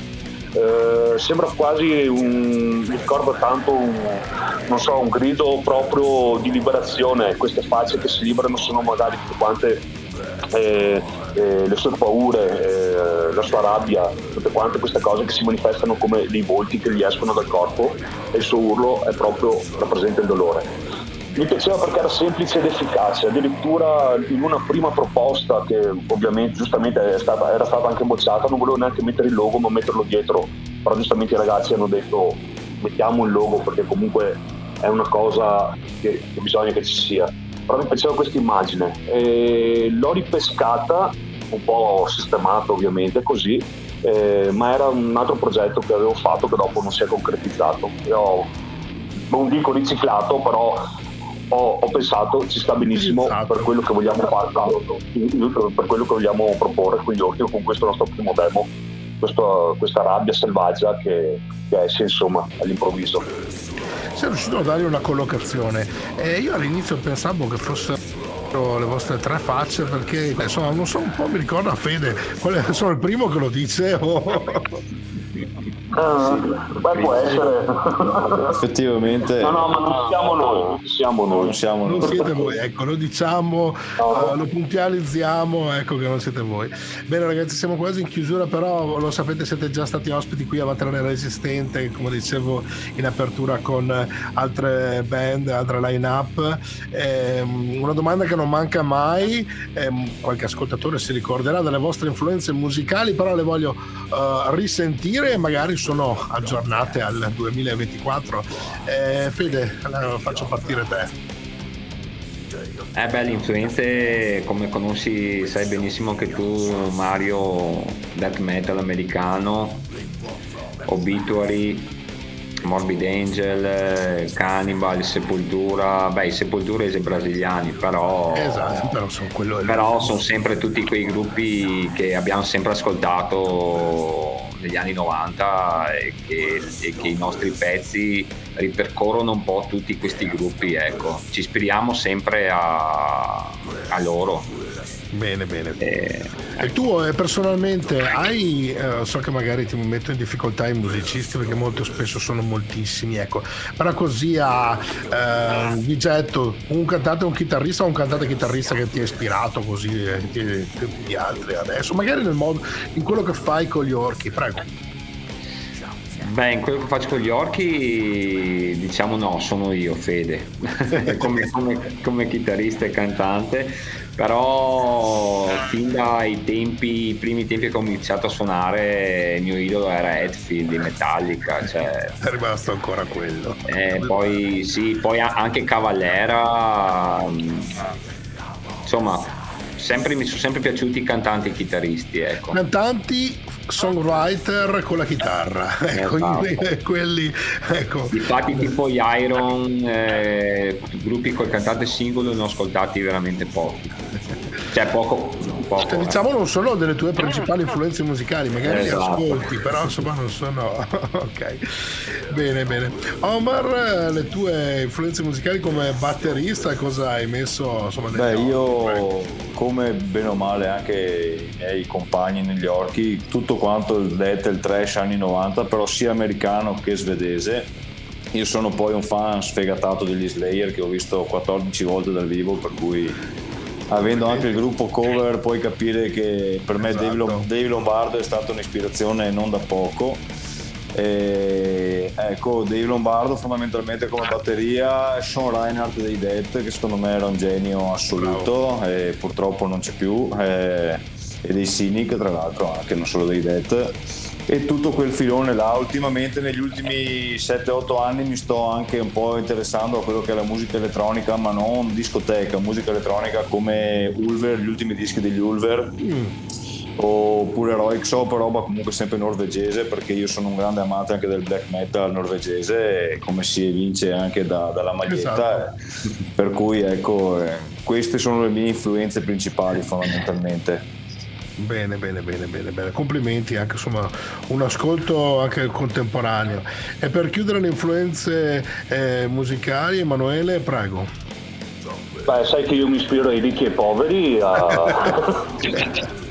Eh, sembra quasi un, mi ricorda tanto un, non so, un grido proprio di liberazione. Queste facce che si liberano sono magari tutte quante eh, eh, le sue paure, eh, la sua rabbia, tutte quante queste cose che si manifestano come dei volti che gli escono dal corpo, e il suo urlo è proprio, rappresenta il dolore. Mi piaceva perché era semplice ed efficace, addirittura in una prima proposta che ovviamente giustamente è stata, era stata anche bocciata, non volevo neanche mettere il logo ma metterlo dietro, però giustamente i ragazzi hanno detto mettiamo il logo perché comunque è una cosa che, che bisogna che ci sia. Però mi piaceva questa immagine e l'ho ripescata, un po' sistemata ovviamente così, eh, ma era un altro progetto che avevo fatto che dopo non si è concretizzato. Io non dico riciclato, però Ho, ho pensato ci sta benissimo per quello che vogliamo fare, per quello che vogliamo proporre con gli occhi, con questo nostro primo demo, questo, questa rabbia selvaggia che, che esce insomma all'improvviso. Sei riuscito a dargli una collocazione e io all'inizio pensavo che fossero le vostre tre facce, perché insomma non so, un po' mi ricorda Fede, sono il primo che lo dice o... Uh, beh, può essere. Effettivamente. No, no, ma non siamo noi, siamo noi. Non, siamo non noi. siete voi, ecco, lo diciamo, no. uh, lo puntualizziamo, ecco che non siete voi. Bene ragazzi, siamo quasi in chiusura, però lo sapete, siete già stati ospiti qui a Materiale Resistente, come dicevo in apertura, con altre band, altre line-up. Ehm, una domanda che non manca mai, ehm, qualche ascoltatore si ricorderà delle vostre influenze musicali, però le voglio uh, risentire e magari sono aggiornate al duemilaventiquattro. eh, Fede, allora faccio partire te. Eh beh, le influenze, come conosci, sai benissimo anche tu Mario, death metal americano, Obituary, Morbid Angel, Cannibal, Sepoltura, beh i Sepolturesi brasiliani, però esatto, però sono, quello però sono sempre tutti quei gruppi che abbiamo sempre ascoltato negli anni novanta e che, e che i nostri pezzi ripercorrono un po' tutti questi gruppi, ecco, ci ispiriamo sempre a, a loro. Bene, bene. Eh, E tu eh, personalmente hai, eh, so che magari ti metto in difficoltà i musicisti perché molto spesso sono moltissimi, ecco, però così a eh, vi getto un cantante, un chitarrista o un cantante chitarrista che ti ha ispirato così eh, di, di altri adesso, magari nel modo, in quello che fai con gli orchi, prego. Beh, in quello che faccio con gli orchi, diciamo no, sono io, Fede, come, come, come chitarrista e cantante, però fin dai tempi, i primi tempi che ho iniziato a suonare, il mio idolo era Hetfield di Metallica, cioè, è rimasto ancora quello. Eh, poi sì, poi anche Cavalera, insomma, sempre, mi sono sempre piaciuti i cantanti e i chitarristi, ecco. Cantanti, songwriter con la chitarra, ecco, esatto. Quelli, ecco. Infatti tipo gli Iron, eh, gruppi col cantante singolo ne ho ascoltati veramente pochi, cioè poco, poco cioè, diciamo non sono delle tue principali influenze musicali, magari esatto. li ascolti, però insomma non sono ok, bene bene. Omar, le tue influenze musicali come batterista, cosa hai messo insomma? Beh, io come bene o male anche i miei compagni negli orchi, tutto quanto il death e il trash anni novanta, però sia americano che svedese. Io sono poi un fan sfegatato degli Slayer che ho visto quattordici volte dal vivo, per cui avendo anche il gruppo cover puoi capire che per me esatto. Dave Lombardo è stata un'ispirazione non da poco. E ecco, Dave Lombardo fondamentalmente come batteria, Sean Reinhardt dei Death che secondo me era un genio assoluto e purtroppo non c'è più, e, e dei Cynic tra l'altro anche, non solo dei Death, e tutto quel filone là. Ultimamente negli ultimi sette otto anni mi sto anche un po' interessando a quello che è la musica elettronica, ma non discoteca, musica elettronica come Ulver, gli ultimi dischi degli Ulver. Mm. Oppure Roixop, roba comunque sempre norvegese, perché io sono un grande amante anche del black metal norvegese, come si evince anche da, dalla maglietta, esatto. Per cui ecco, eh, queste sono le mie influenze principali fondamentalmente. Bene, bene, bene, bene, bene. Complimenti, anche insomma un ascolto anche contemporaneo. E per chiudere le influenze eh, musicali, Emanuele, prego. Beh, sai che io mi ispiro ai ricchi e poveri a... No,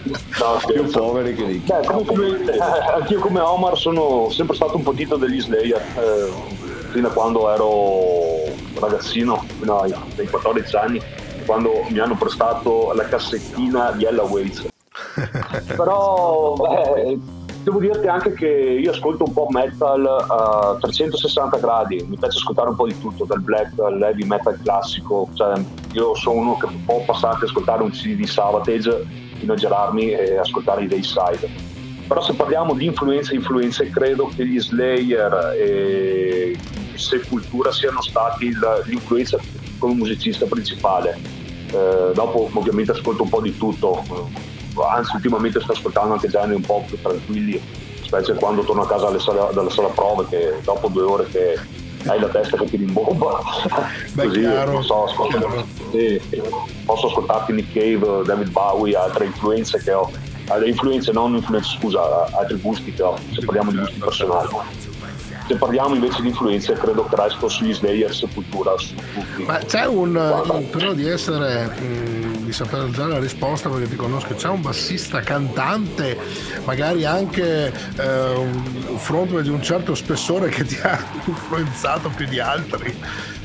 No, più poveri che ricchi. Beh, come, come, eh, anch'io come Omar sono sempre stato un potito degli Slayer, eh, fino a quando ero ragazzino, fino ai, ai quattordici anni, quando mi hanno prestato la cassettina di Ella Waits. Però beh, devo dirti anche che io ascolto un po' metal a trecentosessanta gradi, mi piace ascoltare un po' di tutto, dal black all'heavy metal classico, cioè, io sono uno che può passare a ascoltare un C D di Savatage fino a girarmi e ascoltare i Dayside. Però se parliamo di influenze influenze credo che gli Slayer e Sepultura siano stati l'influenza come musicista principale. Eh, dopo ovviamente ascolto un po' di tutto, anzi ultimamente sto ascoltando anche generi un po' più tranquilli, specie quando torno a casa sala, dalla sala prove, che dopo due ore che hai la testa che ti rimbomba. Beh, così chiaro, non so, ascolto, sì, posso ascoltarti Nick Cave, David Bowie, altre influenze che ho, alle influenze non influenze scusa, altri gusti che ho, se parliamo di gusti personali. Se parliamo invece di influenze, credo che resto sugli Slayer, Sepultura, su tutti. Ma c'è un, credo di essere, mh, di sapere già la risposta perché ti conosco, c'è un bassista cantante, magari anche eh, un frontman di un certo spessore che ti ha influenzato più di altri?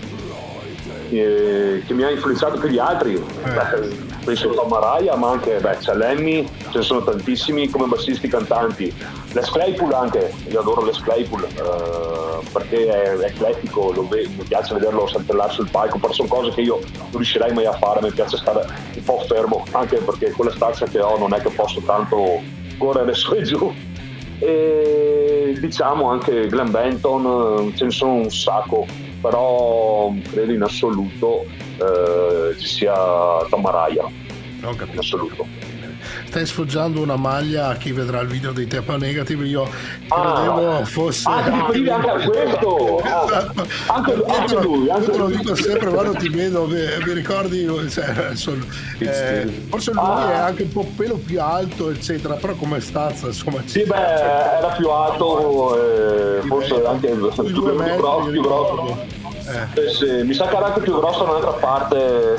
Eh, che mi ha influenzato più di altri? Eh. Beh, penso a Tom Araya, ma anche beh, c'è Lemmy, ce ne sono tantissimi come bassisti cantanti. Les Claypool anche, io adoro Les Claypool eh, perché è, è eclettico, lo ve- mi piace vederlo saltellare sul palco, però sono cose che io non riuscirei mai a fare, mi piace stare un po' fermo, anche perché con la stazza che ho non è che posso tanto correre su e giù. E diciamo anche Glenn Benton, ce ne sono un sacco, però credo in assoluto eh, ci sia Tom Araya, in assoluto. Stai sfoggiando una maglia a chi vedrà il video dei Tepa Negative, io credevo ah, fosse ah, anche a questo esatto. anche, anche lui anche io te lo lui. Dico sempre quando ti vedo, mi, mi ricordi cioè, sono, eh, forse lui ah. è anche un po' pelo più alto eccetera, però come stazza insomma sì beh era più alto eh, forse beh, anche più, più, più grosso, più grosso. Eh. Sì, sì. Mi sa che era anche più grosso da un'altra parte.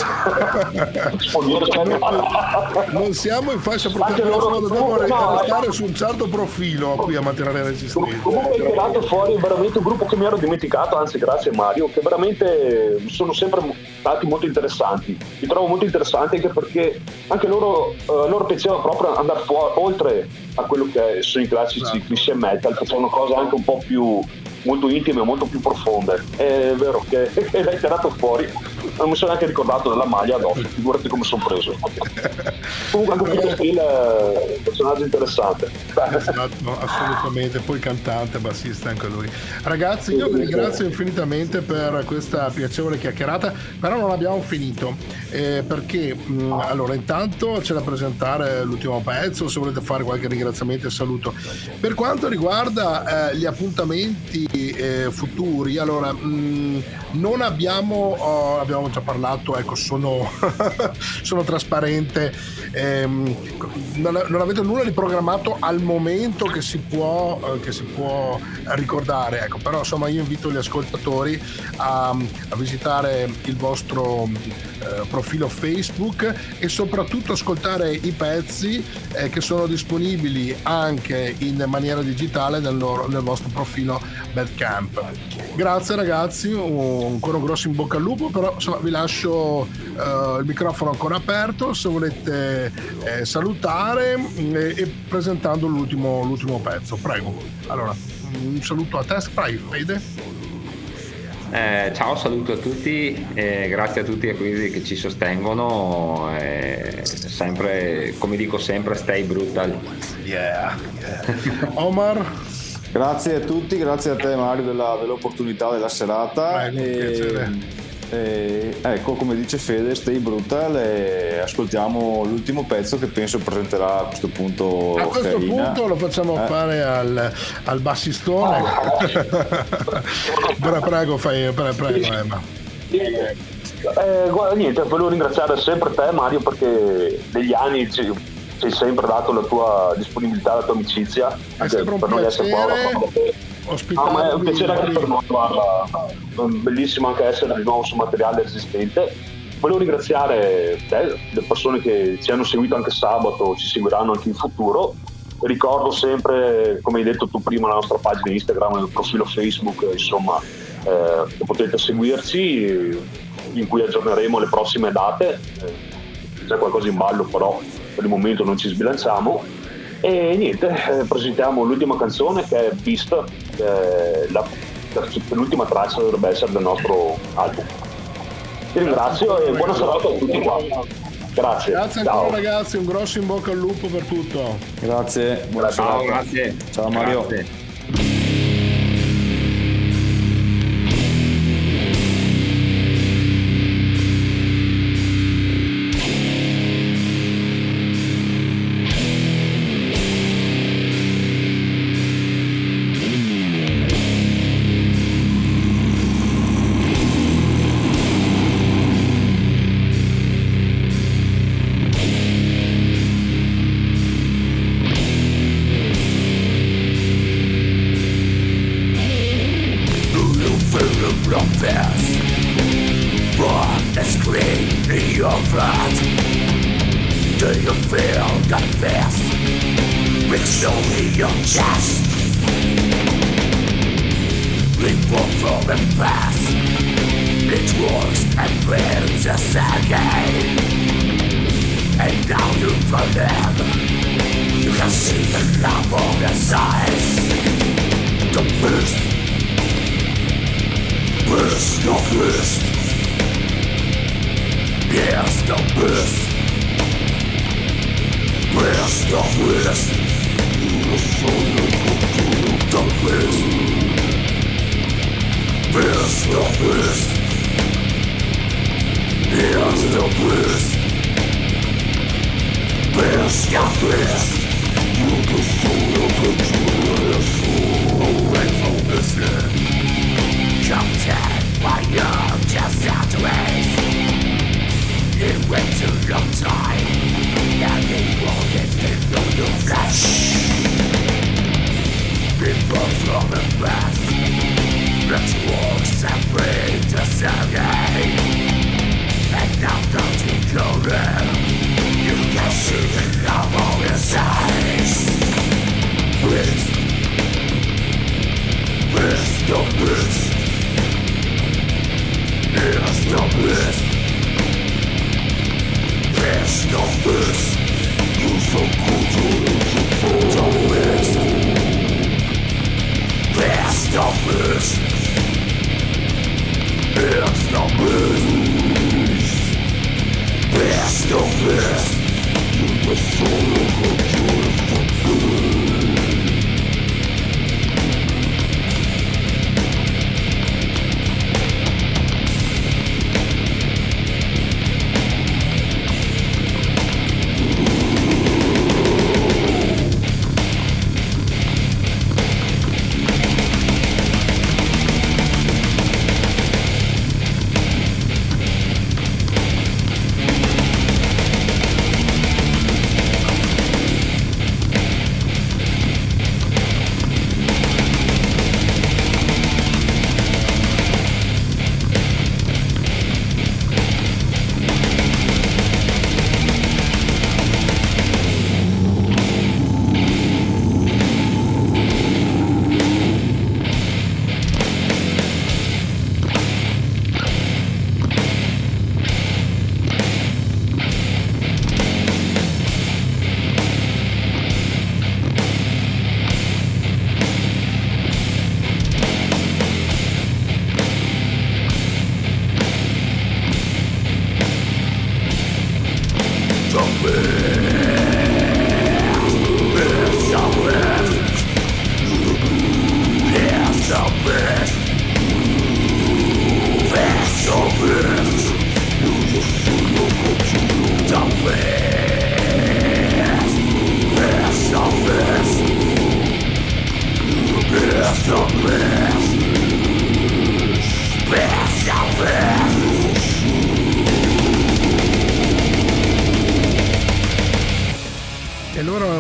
Non siamo in fascia professionale, dobbiamo no, stare su un certo profilo qui a Materiale Resistente. Comunque hai tirato fuori veramente un gruppo che mi ero dimenticato, anzi grazie Mario, che veramente sono sempre stati molto interessanti. Mi trovo molto interessanti anche perché anche loro, eh, loro piaceva proprio andare fuori, oltre a quello che sono i classici esatto. cliché metal, facevano cose anche un po' più molto intime, molto più profonde. È vero che, che l'hai tirato fuori, non mi sono neanche ricordato della maglia dopo, figurati come sono preso. Comunque anche questo stile è un personaggio interessante. Esatto, assolutamente, poi cantante, bassista anche lui. Ragazzi, io vi ringrazio infinitamente per questa piacevole chiacchierata, però non abbiamo finito, eh, perché mh, allora intanto c'è da presentare l'ultimo pezzo, se volete fare qualche ringraziamento e saluto. Per quanto riguarda eh, gli appuntamenti eh, futuri, allora mh, non abbiamo oh, abbiamo già parlato, ecco, sono sono trasparente, ehm, non, non avete nulla di programmato al momento che si può eh, che si può ricordare, ecco, però insomma io invito gli ascoltatori a, a visitare il vostro eh, profilo Facebook e soprattutto ascoltare i pezzi eh, che sono disponibili anche in maniera digitale nel, loro, nel vostro profilo Bandcamp. Grazie ragazzi, un, ancora un grosso in bocca al lupo, però insomma, vi lascio uh, il microfono ancora aperto se volete eh, salutare e, e presentando l'ultimo, l'ultimo pezzo, prego. Allora, un saluto a te, vai Fede. Eh, ciao, saluto a tutti, eh, grazie a tutti quelli che ci sostengono, eh, sempre, come dico sempre, stay brutal. Yeah, yeah. Omar? Grazie a tutti, grazie a te Mario della, dell'opportunità della serata. Prego, e, e, ecco, come dice Fede, stay brutal e ascoltiamo l'ultimo pezzo che penso presenterà a questo punto a questo Carina. punto lo facciamo eh. fare al, al bassistone. Però prego, fai, prego Emma. Eh, guarda, niente, volevo ringraziare sempre te Mario perché negli anni ci, ci hai sempre dato la tua disponibilità, la tua amicizia. È sempre un per piacere ah, ma è un piacere anche per noi, guarda, bellissimo anche essere di nuovo su Materiale Resistente volevo ringraziare te, le persone che ci hanno seguito anche sabato, ci seguiranno anche in futuro. Ricordo sempre, come hai detto tu prima, la nostra pagina Instagram, il profilo Facebook, insomma, eh, potete seguirci, in cui aggiorneremo le prossime date. Eh, c'è qualcosa in ballo, però per il momento non ci sbilanciamo. E niente, eh, presentiamo l'ultima canzone, che è Beast, eh, la, l'ultima traccia dovrebbe essere del nostro album. Ti ringrazio e buona serata a tutti qua. Grazie. Grazie ancora, ciao ragazzi, un grosso in bocca al lupo per tutto. Grazie, buona Ciao, serata. grazie. Ciao Mario. Grazie.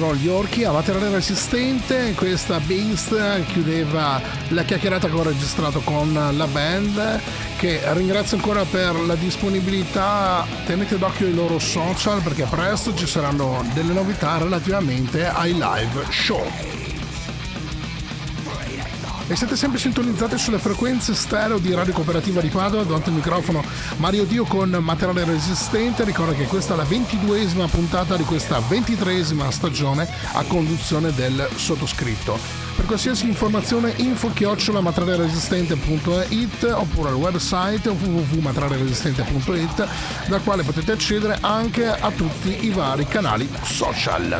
Roll Yorkie a Materiale Resistente. Questa Beast chiudeva la chiacchierata che ho registrato con la band, che ringrazio ancora per la disponibilità. Tenete d'occhio i loro social perché presto ci saranno delle novità relativamente ai live show. E siete sempre sintonizzati sulle frequenze stereo di Radio Cooperativa di Padova. Davanti al microfono Mario Dio con Materiale Resistente. Ricorda che questa è la ventiduesima puntata di questa ventitreesima stagione a conduzione del sottoscritto. Per qualsiasi informazione info chiocciola materialeresistente punto it oppure al website w w w punto materialeresistente punto it, dal quale potete accedere anche a tutti i vari canali social.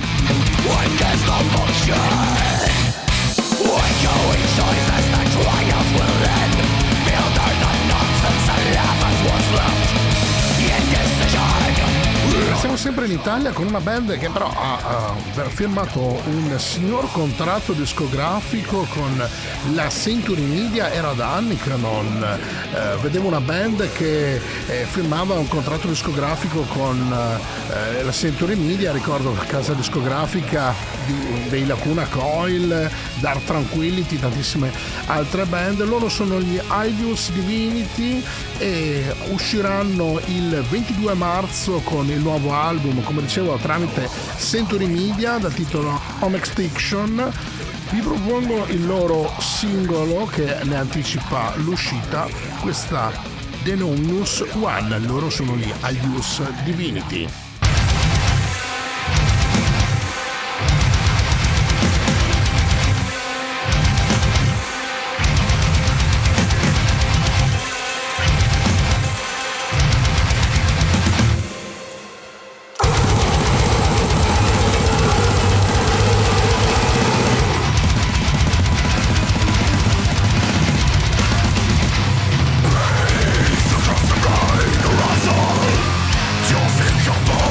Siamo sempre in Italia con una band che però ha, ha firmato un signor contratto discografico con la Century Media. Era da anni che non eh, vedevo una band che eh, firmava un contratto discografico con eh, la Century Media. Ricordo la casa discografica di, dei Lacuna Coil, Dark Tranquillity, tantissime altre band. Loro sono gli Idius Divinity e usciranno il ventidue marzo con il nuovo album, come dicevo, tramite Century Media, dal titolo Home Extinction. Vi propongo il loro singolo che ne anticipa l'uscita, questa Denonius One. Loro sono gli Idius Divinity. Your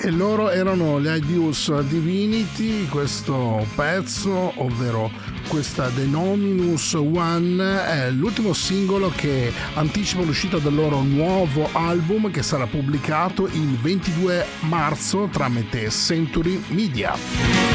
E loro erano gli Ideus Divinity. Questo pezzo, ovvero questa The Nominus One, è l'ultimo singolo che anticipa l'uscita del loro nuovo album, che sarà pubblicato il ventidue marzo tramite Century Media.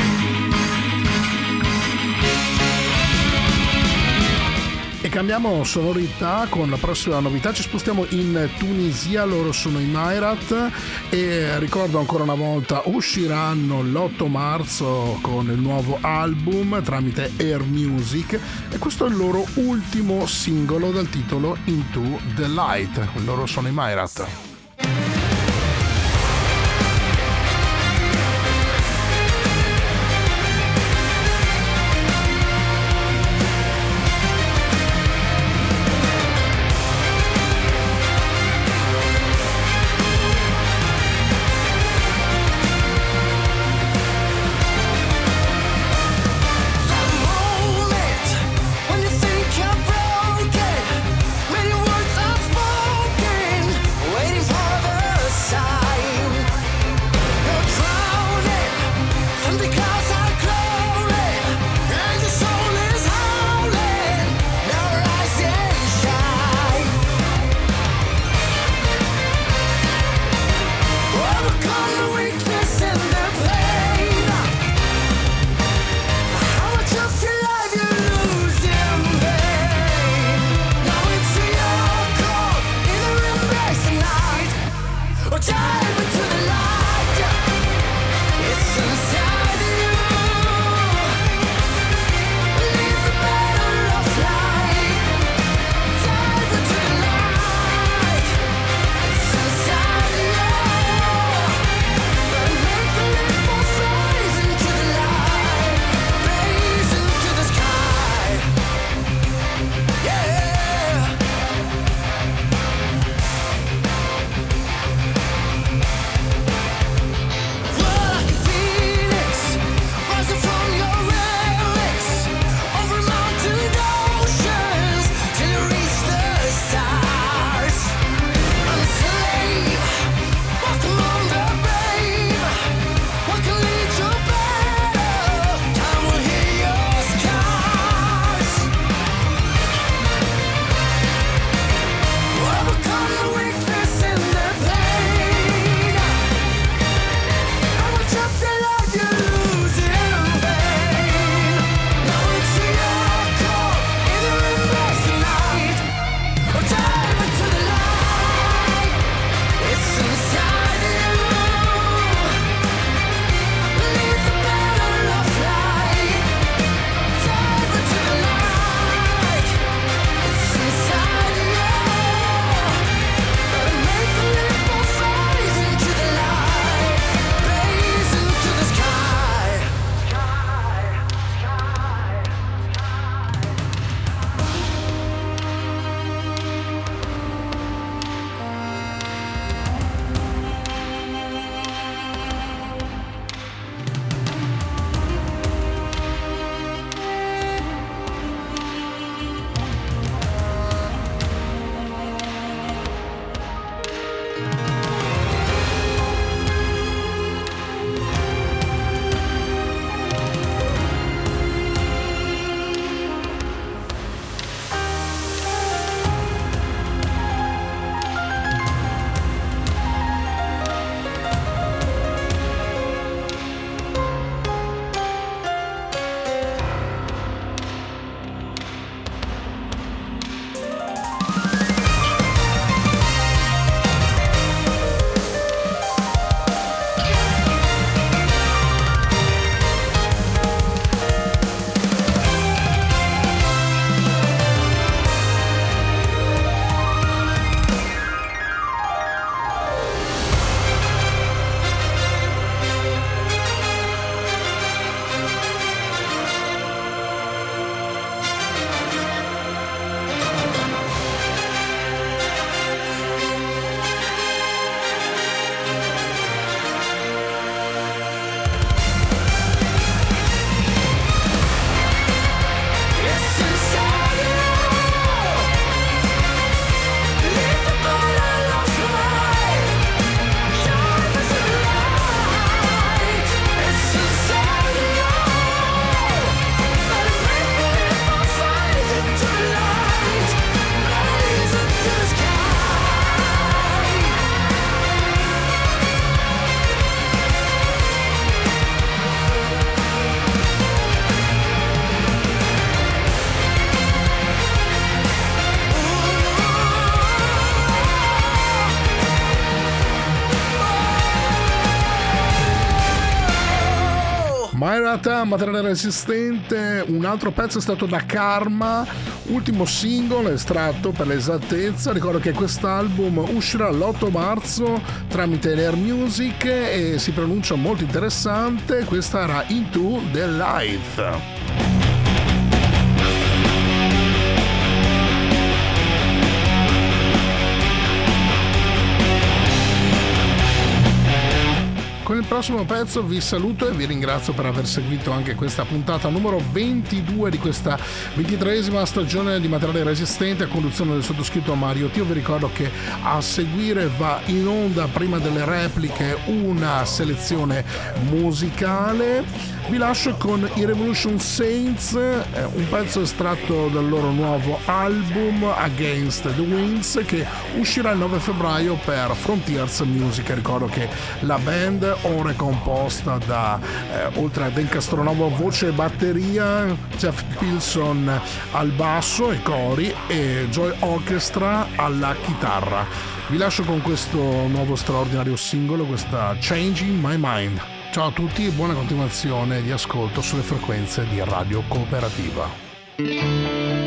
E cambiamo sonorità con la prossima novità, ci spostiamo in Tunisia, loro sono i Mairat e ricordo ancora una volta usciranno l'otto marzo con il nuovo album tramite Air Music e questo è il loro ultimo singolo dal titolo Into the Light, loro sono i Mairat. Waiting for novità Materiale Resistente, un altro pezzo è stato da Karma, ultimo singolo estratto per l'esattezza. Ricordo che quest'album uscirà l'otto marzo tramite Air Music e si pronuncia molto interessante. Questa era Into the Light. Con il prossimo pezzo vi saluto e vi ringrazio per aver seguito anche questa puntata numero ventidue di questa ventitreesima stagione di Materiale Resistente a conduzione del sottoscritto Mario T. Io vi ricordo che a seguire va in onda, prima delle repliche, una selezione musicale. Vi lascio con i Revolution Saints, un pezzo estratto dal loro nuovo album Against the Winds, che uscirà il nove febbraio per Frontiers Music. Ricordo che la band, ora è composta da, eh, oltre a Dan Castronovo voce e batteria, Jeff Pilson al basso e cori e Joy Orchestra alla chitarra. Vi lascio con questo nuovo straordinario singolo, questa Changing My Mind. Ciao a tutti e buona continuazione di ascolto sulle frequenze di Radio Cooperativa.